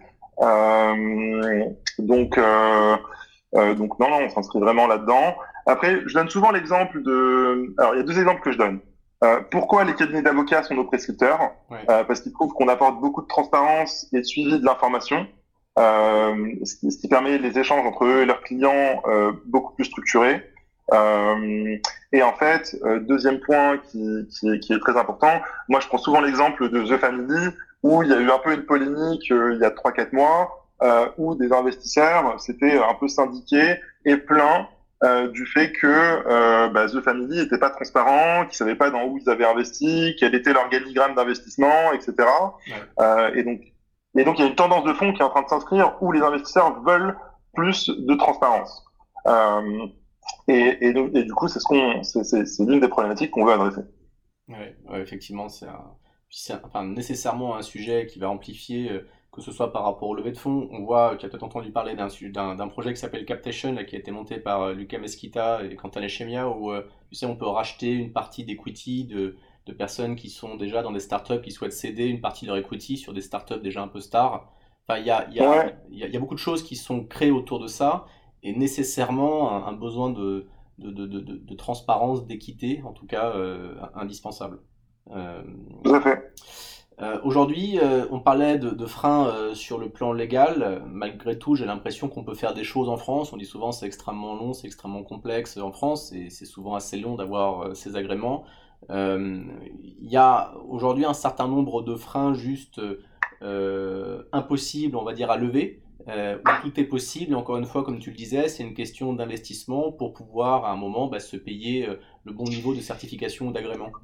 Euh, donc euh, euh, donc non non, on s'inscrit vraiment là-dedans. Après, je donne souvent l'exemple de, alors il y a deux exemples que je donne. Euh, pourquoi les cabinets d'avocats sont nos prescripteurs? Ouais. Euh, parce qu'ils trouvent qu'on apporte beaucoup de transparence et de suivi de l'information, euh, ce, qui, ce qui permet les échanges entre eux et leurs clients euh, beaucoup plus structurés. Euh, et en fait, euh, deuxième point qui, qui, qui est très important, moi je prends souvent l'exemple de The Family, où il y a eu un peu une polémique euh, il y a trois quatre mois, euh, où des investisseurs s'étaient un peu syndiqués et plaints euh, du fait que euh, bah, The Family n'était pas transparent, qu'ils savaient pas dans où ils avaient investi, quel était l'organigramme d'investissement, et cetera. Ouais. Euh, et donc, et donc il y a une tendance de fond qui est en train de s'inscrire où les investisseurs veulent plus de transparence. Euh, et, et, donc, et du coup, c'est ce qu'on, c'est, c'est, c'est l'une des problématiques qu'on veut adresser. Ouais, ouais, effectivement, c'est un, puis c'est un- enfin, nécessairement un sujet qui va amplifier, euh, que ce soit par rapport au levée de fonds. On voit, tu as peut-être entendu parler d'un su- d'un d'un projet qui s'appelle Captation, là, qui a été monté par euh, Luca Mesquita et Quentin Echemia, où euh, tu sais, on peut racheter une partie d'equity de, de personnes qui sont déjà dans des startups, qui souhaitent céder une partie de leur equity sur des startups déjà un peu stars. Enfin, il y a, il y a, Ouais, il y a, il y a beaucoup de choses qui sont créées autour de ça, et nécessairement un, un besoin de, de, de, de, de- de transparence, d'équité, en tout cas, euh, indispensable. Euh, tout à fait. euh, Aujourd'hui, euh, on parlait de, de freins euh, sur le plan légal. Euh, Malgré tout, j'ai l'impression qu'on peut faire des choses en France. On dit souvent c'est extrêmement long, c'est extrêmement complexe en France, et c'est souvent assez long d'avoir euh, ces agréments. Euh, Il y a aujourd'hui un certain nombre de freins juste euh, impossibles, on va dire, à lever, euh, où tout est possible. Et encore une fois, comme tu le disais, c'est une question d'investissement pour pouvoir à un moment bah, se payer euh, le bon niveau de certification ou d'agrément.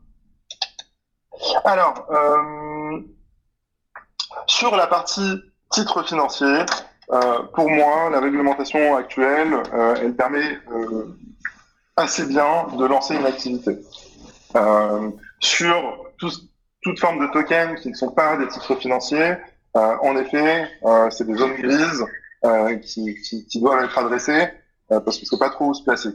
Alors, euh, sur la partie titre financier, euh, pour moi, la réglementation actuelle, euh, elle permet euh, assez bien de lancer une activité. Euh, sur tout, toute forme de tokens qui ne sont pas des titres financiers, euh, en effet, euh, c'est des zones grises euh, qui, qui, qui doivent être adressées euh, parce qu'on ne sait pas trop où se placer.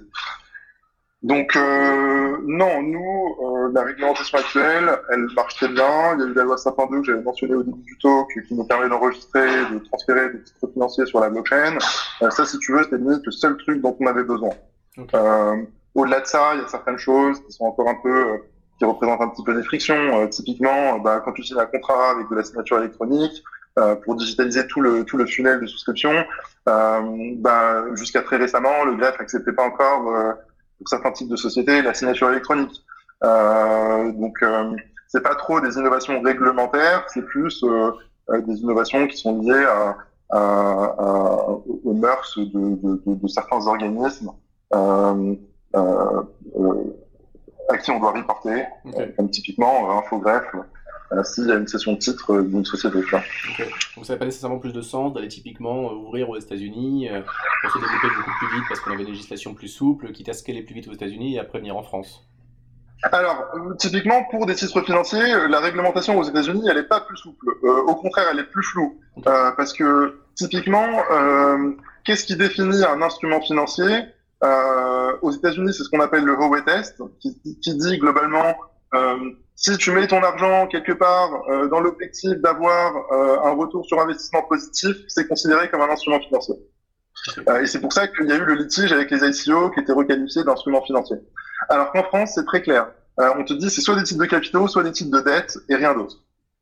Donc euh, non, nous, euh, la réglementation actuelle, elle marche très bien. Il y a eu la loi Sapin deux que j'avais mentionné au début du talk, qui nous permet d'enregistrer, de transférer des titres financiers sur la blockchain. Euh, ça, si tu veux, c'était limite le seul truc dont on avait besoin. Ok. Euh, Au-delà de ça, il y a certaines choses qui sont encore un peu, euh, qui représentent un petit peu des frictions. Euh, typiquement, euh, bah, quand tu signes un contrat avec de la signature électronique euh, pour digitaliser tout le tout le funnel de souscription, euh, bah, jusqu'à très récemment, le greffe acceptait pas encore euh, pour certains types de sociétés la signature électronique. Euh, donc, euh, c'est pas trop des innovations réglementaires, c'est plus euh, euh, des innovations qui sont liées à, à, à, aux mœurs de, de, de, de certains organismes euh, euh, euh, à qui on doit reporter, Ok. euh, comme typiquement euh, Infogreffe, euh, s'il y a une cession de titre d'une société. Tu vois. Ok. Donc ça n'a pas nécessairement plus de sens d'aller typiquement euh, ouvrir aux États-Unis euh, pour se développer beaucoup plus vite parce qu'on avait une législation plus souple, quitte à scaler plus vite aux États-Unis et après venir en France. Alors, euh, typiquement, pour des titres financiers, euh, la réglementation aux États-Unis, elle n'est pas plus souple. Euh, au contraire, elle est plus floue. Ok. Euh, parce que, typiquement, euh, qu'est-ce qui définit un instrument financier? Euh, aux États-Unis, c'est ce qu'on appelle le Howey Test, qui, qui dit globalement, euh, si tu mets ton argent quelque part euh, dans l'objectif d'avoir euh, un retour sur investissement positif, c'est considéré comme un instrument financier. Ok. Euh, et c'est pour ça qu'il y a eu le litige avec les I C O qui étaient requalifiés d'instruments financiers. Alors qu'en France, c'est très clair. Euh, on te dit c'est soit des titres de capitaux, soit des titres de dette et rien d'autre.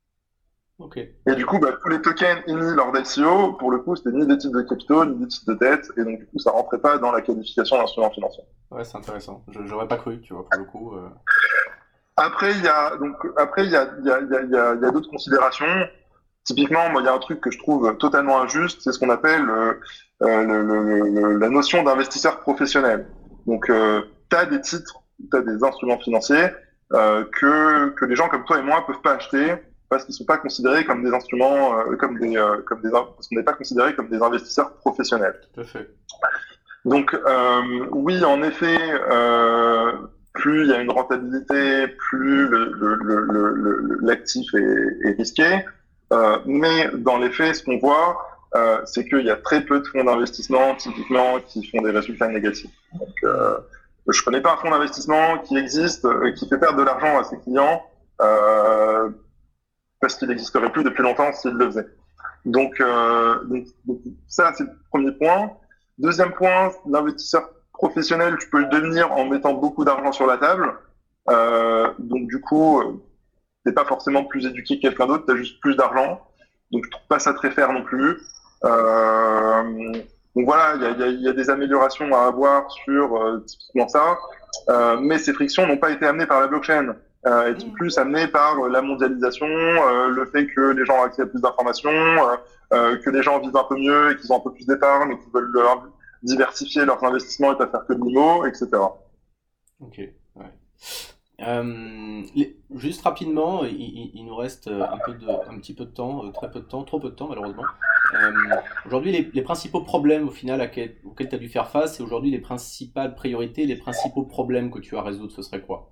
Ok. Et du coup, bah, tous les tokens émis lors d'I C O, pour le coup, c'était ni des titres de capitaux, ni des titres de dette, et donc du coup, ça rentrait pas dans la qualification d'instrument financier. Ouais, c'est intéressant. Je j'aurais pas cru, tu vois, pour le coup. euh. Après, il y a donc après il y a il y a il y a il y a, il y a d'autres considérations. Typiquement, moi, il y a un truc que je trouve totalement injuste, c'est ce qu'on appelle euh, euh, le, le, le, la notion d'investisseur professionnel. Donc, euh, tu as des titres, tu as des instruments financiers euh, que que les gens comme toi et moi peuvent pas acheter parce qu'ils sont pas considérés comme des instruments, euh, comme des euh, comme des parce qu'on n'est pas considérés comme des investisseurs professionnels. Tout à fait. Donc euh, oui, en effet, euh, plus il y a une rentabilité, plus le, le, le, le, l'actif est, est risqué. Euh, mais dans les faits, ce qu'on voit, euh, c'est qu'il y a très peu de fonds d'investissement, typiquement, qui font des résultats négatifs. Donc, euh, je connais pas un fonds d'investissement qui existe, euh, qui fait perdre de l'argent à ses clients, euh, parce qu'il n'existerait plus depuis longtemps s'il le faisait. Donc, euh, donc, donc ça, c'est le premier point. Deuxième point, l'investisseur professionnel, tu peux le devenir en mettant beaucoup d'argent sur la table. Euh, donc du coup, euh, t'es pas forcément plus éduqué que quelqu'un d'autre, t'as juste plus d'argent. Donc je trouve pas ça très fair non plus. Euh, donc voilà, il y a, y, a, y a des améliorations à avoir sur euh, typiquement ça, euh, mais ces frictions n'ont pas été amenées par la blockchain. Euh, elles sont plus amenées par la mondialisation, euh, le fait que les gens ont accès à plus d'informations, euh, euh, que les gens vivent un peu mieux et qu'ils ont un peu plus d'épargne et qu'ils veulent leur diversifier leurs investissements et pas faire que de l'I M O, et cetera. Ok, ouais. Euh, les- juste rapidement, il, il- il nous reste un peu de, un petit peu de temps, euh, très peu de temps, trop peu de temps malheureusement. Euh, aujourd'hui, les, les principaux problèmes au final à quel- auxquels tu as dû faire face, et aujourd'hui les principales priorités, les principaux problèmes que tu as à résoudre, ce serait quoi?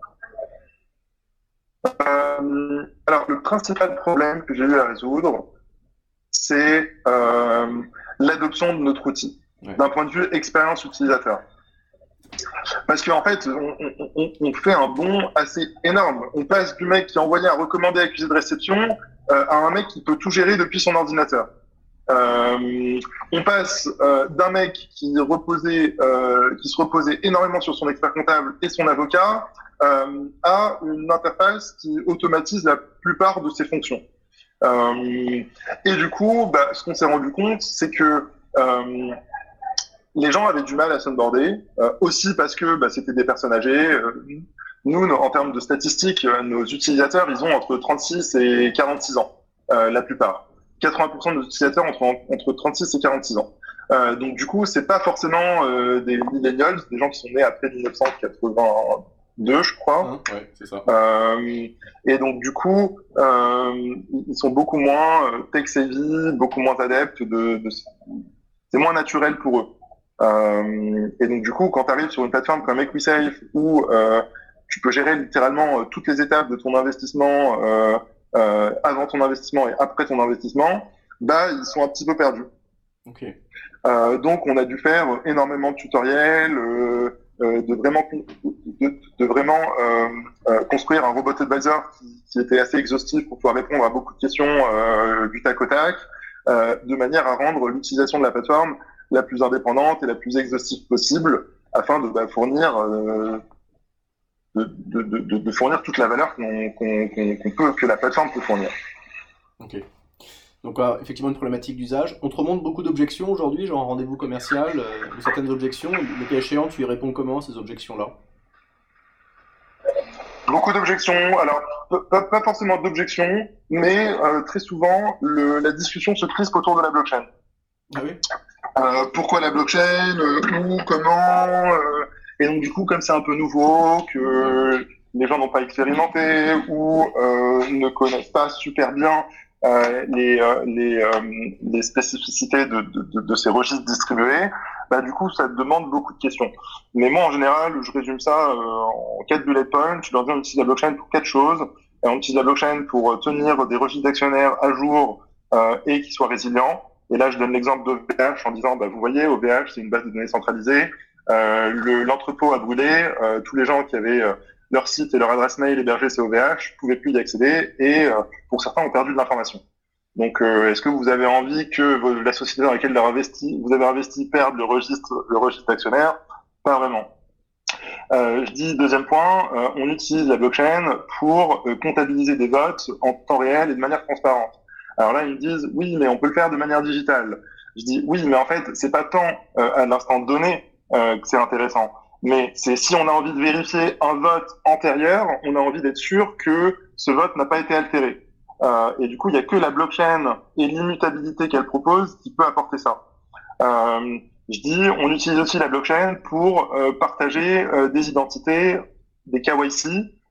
Euh, alors, le principal problème que j'ai eu à résoudre, c'est euh, l'adoption de notre outil, Ouais. d'un point de vue expérience utilisateur. Parce qu'en fait, on, on, on, fait un bond assez énorme. On passe du mec qui a envoyé un recommandé accusé de réception euh, à un mec qui peut tout gérer depuis son ordinateur. Euh, on passe euh, d'un mec qui reposait, euh, qui se reposait énormément sur son expert comptable et son avocat euh, à une interface qui automatise la plupart de ses fonctions. Euh, et du coup, bah, ce qu'on s'est rendu compte, c'est que euh, les gens avaient du mal à s'onboarder, euh, aussi parce que bah, c'était des personnes âgées. Euh, nous, en termes de statistiques, euh, nos utilisateurs, ils ont entre trente-six et quarante-six ans, euh, la plupart. quatre-vingts pour cent de nos utilisateurs entre, entre trente-six et quarante-six ans. Euh, donc du coup, c'est pas forcément euh, des millennials, des gens qui sont nés après mille neuf cent quatre-vingt-deux, je crois. Hein, ouais, c'est ça. Euh, et donc du coup, euh, ils sont beaucoup moins euh, tech savvy, beaucoup moins adeptes de, de... c'est moins naturel pour eux. Euh, et donc du coup, quand tu arrives sur une plateforme comme EquiSafe où euh, tu peux gérer littéralement euh, toutes les étapes de ton investissement euh, euh, avant ton investissement et après ton investissement, bah ils sont un petit peu perdus. Ok. Euh, donc on a dû faire énormément de tutoriels, euh, euh, de vraiment de, de vraiment euh, euh, construire un robot advisor qui, qui était assez exhaustif pour pouvoir répondre à beaucoup de questions euh, du tac au tac, euh, de manière à rendre l'utilisation de la plateforme la plus indépendante et la plus exhaustive possible, afin de bah, fournir euh, de, de, de, de, fournir toute la valeur qu'on qu'on, qu'on, qu'on peut que la plateforme peut fournir. Ok. Donc euh, effectivement une problématique d'usage. On te remonte beaucoup d'objections aujourd'hui, genre un rendez-vous commercial, euh, ou certaines objections. Le cas échéant, tu y réponds comment à ces objections-là? Beaucoup d'objections. Alors, pas, pas forcément d'objections, mais euh, très souvent, le, la discussion se crispe autour de la blockchain. Ah oui? Euh, pourquoi la blockchain, euh, où, comment, euh, et donc du coup, comme c'est un peu nouveau, que les gens n'ont pas expérimenté ou euh, ne connaissent pas super bien euh, les, euh, les, euh, les spécificités de, de, de, de ces registres distribués, bah du coup, ça demande beaucoup de questions. Mais moi, en général, je résume ça euh, en quatre bullet points. Je leur dis on utilise la blockchain pour quatre choses. Et on utilise la blockchain pour tenir des registres d'actionnaires à jour euh, et qui soient résilients. Et là, je donne l'exemple d'O V H en disant, bah, vous voyez, O V H, c'est une base de données centralisée. Euh, le, l'entrepôt a brûlé. Euh, tous les gens qui avaient euh, leur site et leur adresse mail hébergés sur O V H pouvaient plus y accéder et euh, pour certains ont perdu de l'information. Donc, euh, est-ce que vous avez envie que vos, la société dans laquelle investi, vous avez investi perde le registre, le registre d'actionnaires? Pas vraiment. Euh, je dis deuxième point, euh, on utilise la blockchain pour euh, comptabiliser des votes en temps réel et de manière transparente. Alors là, ils me disent oui, mais on peut le faire de manière digitale. Je dis oui, mais en fait, c'est pas tant euh, à l'instant donné euh, que c'est intéressant, mais c'est si on a envie de vérifier un vote antérieur, on a envie d'être sûr que ce vote n'a pas été altéré. Euh, et du coup, il y a que la blockchain et l'immutabilité qu'elle propose qui peut apporter ça. Euh, je dis, on utilise aussi la blockchain pour euh, partager euh, des identités, des K Y C,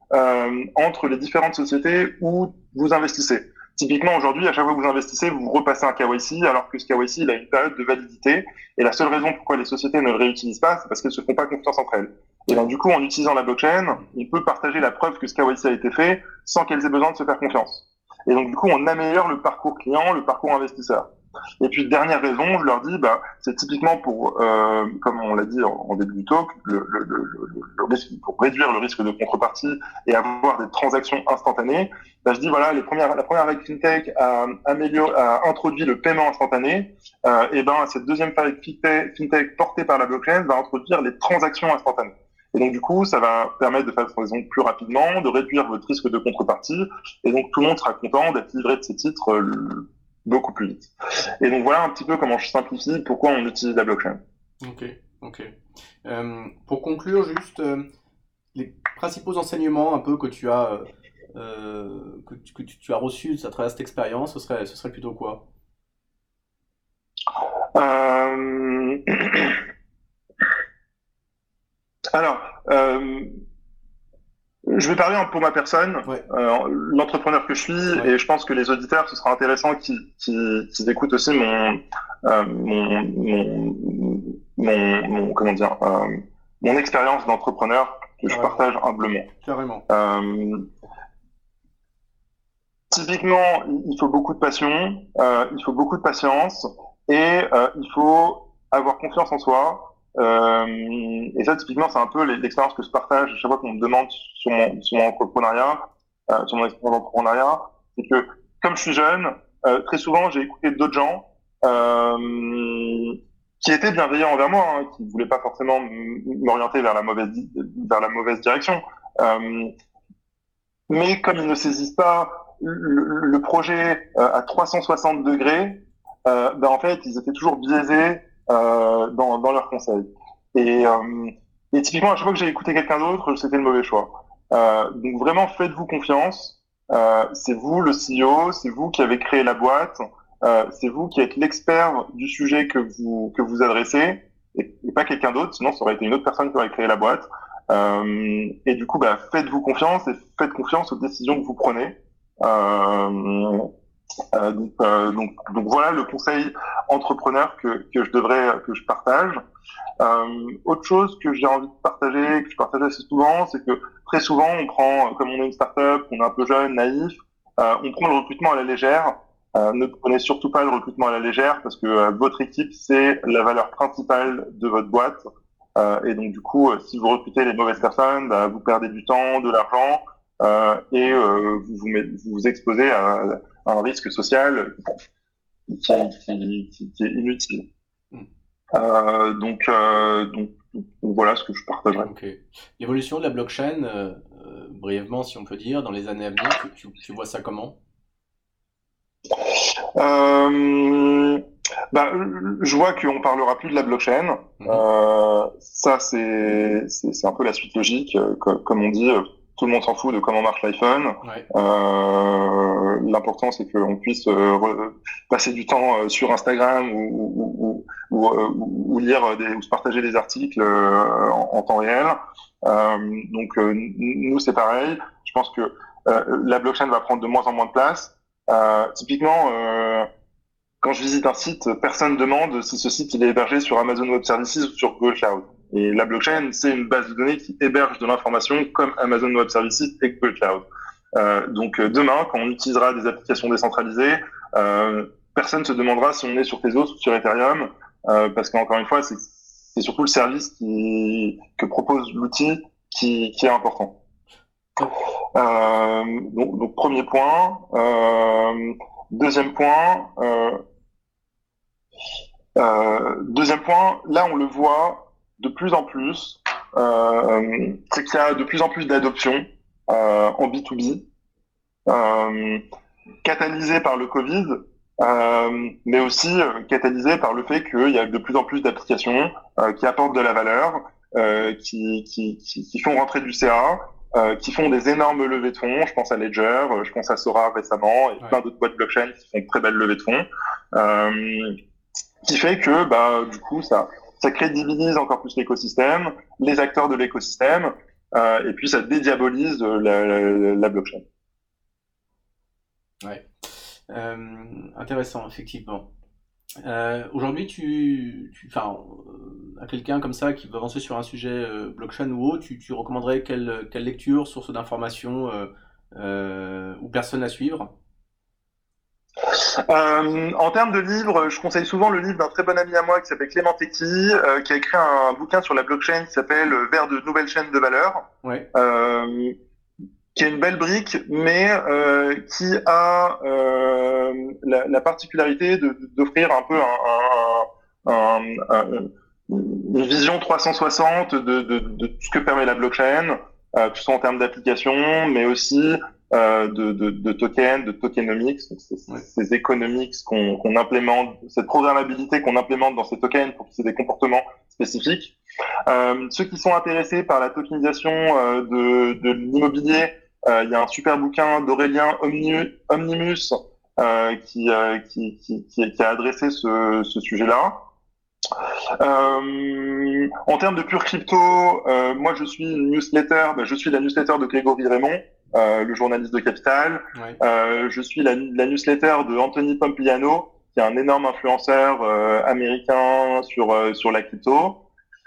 euh, entre les différentes sociétés où vous investissez. Typiquement, aujourd'hui, à chaque fois que vous investissez, vous repassez un K Y C, alors que ce K Y C, il a une période de validité. Et la seule raison pourquoi les sociétés ne le réutilisent pas, c'est parce qu'elles ne se font pas confiance entre elles. Et donc, du coup, en utilisant la blockchain, on peut partager la preuve que ce K Y C a été fait sans qu'elles aient besoin de se faire confiance. Et donc, du coup, on améliore le parcours client, le parcours investisseur. Et puis, dernière raison, je leur dis, bah, c'est typiquement pour, euh, comme on l'a dit en, en début du talk, le, le, le, le, le risque, pour réduire le risque de contrepartie et avoir des transactions instantanées. Bah, je dis, voilà, les premières, la première vague FinTech a, amélioré, a introduit le paiement instantané. Euh, et ben, cette deuxième vague FinTech, FinTech portée par la blockchain va introduire les transactions instantanées. Et donc, du coup, ça va permettre de faire des transactions plus rapidement, de réduire votre risque de contrepartie. Et donc, tout le monde sera content d'être livré de ces titres euh, beaucoup plus vite. Et donc, voilà un petit peu comment je simplifie pourquoi on utilise la blockchain. Ok, ok. Euh, pour conclure, juste euh, les principaux enseignements un peu que tu as, euh, que, tu, que tu, tu as reçus à travers cette expérience, ce serait, ce serait plutôt quoi? Euh... Alors, euh, je vais parler pour ma personne, Ouais, euh, l'entrepreneur que je suis, ouais, et je pense que les auditeurs, ce sera intéressant qu'ils qu'ils, qu'ils écoutent aussi mon, euh, mon, mon, mon, mon- comment dire, euh, mon expérience d'entrepreneur que je carrément, partage humblement. carrément. Euh, Typiquement, il faut beaucoup de passion, euh, il faut beaucoup de patience, et euh, il faut avoir confiance en soi. Euh, et ça, typiquement, c'est un peu l'expérience que je partage chaque fois qu'on me demande sur mon, sur mon entrepreneuriat, euh, sur mon expérience d'entrepreneuriat, c'est que comme je suis jeune, euh, très souvent, j'ai écouté d'autres gens euh, qui étaient bienveillants envers moi, hein, qui ne voulaient pas forcément m'orienter vers la mauvaise, vers la mauvaise direction. Euh, mais comme ils ne saisissent pas le, le projet euh, à trois cent soixante degrés, euh, ben en fait, ils étaient toujours biaisés euh, dans, dans leurs conseils. Et, euh, et typiquement, à chaque fois que j'ai écouté quelqu'un d'autre, c'était le mauvais choix. Euh, donc vraiment, faites-vous confiance. Euh, c'est vous le C E O, c'est vous qui avez créé la boîte, euh, c'est vous qui êtes l'expert du sujet que vous que vous adressez, et, et pas quelqu'un d'autre. Sinon, ça aurait été une autre personne qui aurait créé la boîte. Euh, et du coup, bah, faites-vous confiance et faites confiance aux décisions que vous prenez. Euh, euh, donc, euh, donc, donc voilà le conseil entrepreneur que, que je devrais que je partage. Euh, autre chose que j'ai envie de partager, que je partage assez souvent, c'est que très souvent on prend, comme on est une startup, on est un peu jeune, naïf, euh, on prend le recrutement à la légère. Euh, ne prenez surtout pas le recrutement à la légère parce que euh, votre équipe c'est la valeur principale de votre boîte. Euh, et donc du coup, euh, si vous recrutez les mauvaises personnes, bah, vous perdez du temps, de l'argent euh, et euh, vous, vous, met, vous vous exposez à, à un risque social qui, qui, qui, qui est inutile. Hmm. Euh, donc, euh, donc, donc voilà ce que je partagerais. Ok. L'évolution de la blockchain, euh, euh, brièvement, si on peut dire, dans les années à venir, tu, tu, tu vois ça comment? Euh, bah, je vois qu'on parlera plus de la blockchain. Mhm. Euh, ça, c'est c'est c'est un peu la suite logique. Euh, co- Comme on dit, euh, tout le monde s'en fout de comment marche l'iPhone. Ouais, Euh, l'important, c'est qu'on puisse euh, re- passer du temps euh, sur Instagram ou, ou, ou, ou, euh, ou lire des, ou se partager des articles euh, en, en temps réel. Euh, donc, euh, nous, c'est pareil. Je pense que euh, la blockchain va prendre de moins en moins de place. Euh, typiquement, euh, quand je visite un site, personne ne demande si ce site il est hébergé sur Amazon Web Services ou sur Google Cloud. Et la blockchain, c'est une base de données qui héberge de l'information comme Amazon Web Services et Google Cloud. Euh, donc euh, demain, quand on utilisera des applications décentralisées, euh, personne ne se demandera si on est sur Tezos ou sur Ethereum, euh, parce qu'encore une fois, c'est c'est surtout le service qui, que propose l'outil qui, qui est important. Euh, donc, donc, premier point. Euh, deuxième point. Euh, euh, deuxième point. Là, on le voit de plus en plus. Euh, c'est qu'il y a de plus en plus d'adoption euh, en B deux B, euh, catalysé par le Covid, euh, mais aussi euh, catalysé par le fait qu'il y a de plus en plus d'applications euh, qui apportent de la valeur, euh, qui, qui, qui, qui font rentrer du C A, euh, qui font des énormes levées de fonds. Je pense à Ledger, euh, je pense à Sora récemment, et ouais. plein d'autres boîtes blockchain qui font de très belles levées de fonds, euh, qui fait que bah, du coup, ça, ça crédibilise encore plus l'écosystème, les acteurs de l'écosystème, euh, et puis ça dédiabolise la, la, la blockchain. Ouais. Euh, Intéressant, effectivement. Euh, aujourd'hui, tu, tu, enfin, euh, à quelqu'un comme ça qui veut avancer sur un sujet euh, blockchain ou autre, tu, tu recommanderais quelle, quelle lecture, source d'information euh, euh, ou personne à suivre? Euh, en termes de livres, je conseille souvent le livre d'un très bon ami à moi qui s'appelle Clément Techy, euh, qui a écrit un bouquin sur la blockchain qui s'appelle Vers de nouvelles chaînes de valeur, Ouais, euh, qui est une belle brique, mais euh, qui a euh, la, la particularité de- d'offrir un peu un, un, un, un, une vision trois cent soixante de, de, de tout ce que permet la blockchain, euh, que ce soit en termes d'application, mais aussi euh, de, de, de tokens, de tokenomics, donc ces, ouais, ces economics qu'on qu'on implémente, cette programmabilité qu'on implémente dans ces tokens pour qu'ils aient des comportements spécifiques. Euh, ceux qui sont intéressés par la tokenisation euh, de, de l'immobilier, euh, il y a un super bouquin d'Aurélien Omni, Omnimus euh, qui, euh, qui, qui, qui, qui a adressé ce, ce sujet-là. Euh, en termes de pure crypto, euh, moi je suis une newsletter, ben, je suis la newsletter de Grégory Raymond, euh, le journaliste de Capital. ouais. Euh, je suis la, la newsletter de Anthony Pompliano, qui est un énorme influenceur euh, américain sur euh, sur la crypto.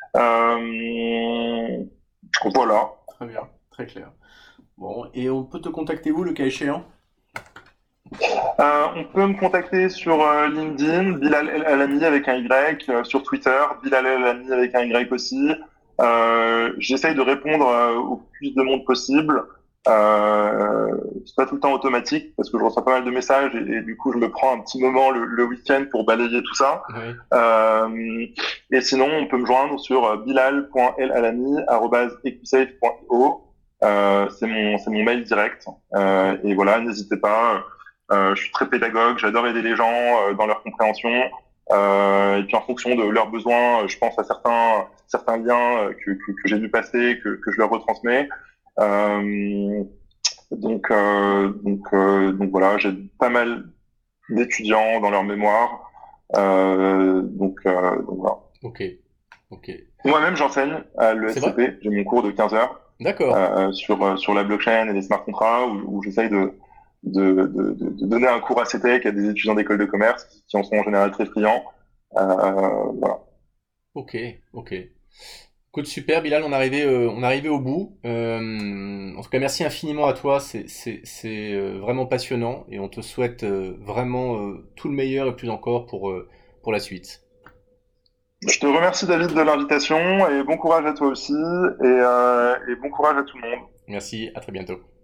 Euh, voilà. Très bien, très clair. Bon, et on peut te contacter où le cas échéant? Euh, on peut me contacter sur euh, LinkedIn, Bilal El Alami avec un Y, euh, sur Twitter, Bilal El Alami avec un Y aussi. Euh, j'essaye de répondre euh, au plus de monde possible. Euh, c'est pas tout le temps automatique parce que je reçois pas mal de messages et, et du coup je me prends un petit moment le, le week-end pour balayer tout ça. Oui, Euh, et sinon on peut me joindre sur bilal point el alami arobase equisafe point i o. Euh, c'est mon c'est mon mail direct. ok. Euh, et voilà, n'hésitez pas. Euh, je suis très pédagogue, j'adore aider les gens euh, dans leur compréhension. Euh, et puis en fonction de leurs besoins, je pense à certains certains liens euh, que, que, que j'ai vu passer, que, que je leur retransmets. Euh, donc euh, donc euh, donc voilà, j'ai pas mal d'étudiants dans leur mémoire. Euh, donc, euh, donc voilà. Ok, ok. Moi-même, j'enseigne à C'est vrai? l'E S C P. J'ai mon cours de quinze heures D'accord. euh, sur euh, sur la blockchain et les smart contracts où, où j'essaye de de, de, de, de donner un cours à CETEC à des étudiants d'école de commerce qui en sont en général très friands. Euh, voilà. Ok, ok. Écoute, super, Bilal, on est arrivé, euh, on est arrivé au bout. Euh, en tout cas, merci infiniment à toi, c'est, c'est, c'est euh, vraiment passionnant et on te souhaite euh, vraiment euh, tout le meilleur et plus encore pour, euh, pour la suite. Je te remercie David de l'invitation et bon courage à toi aussi et, euh, et bon courage à tout le monde. Merci, à très bientôt.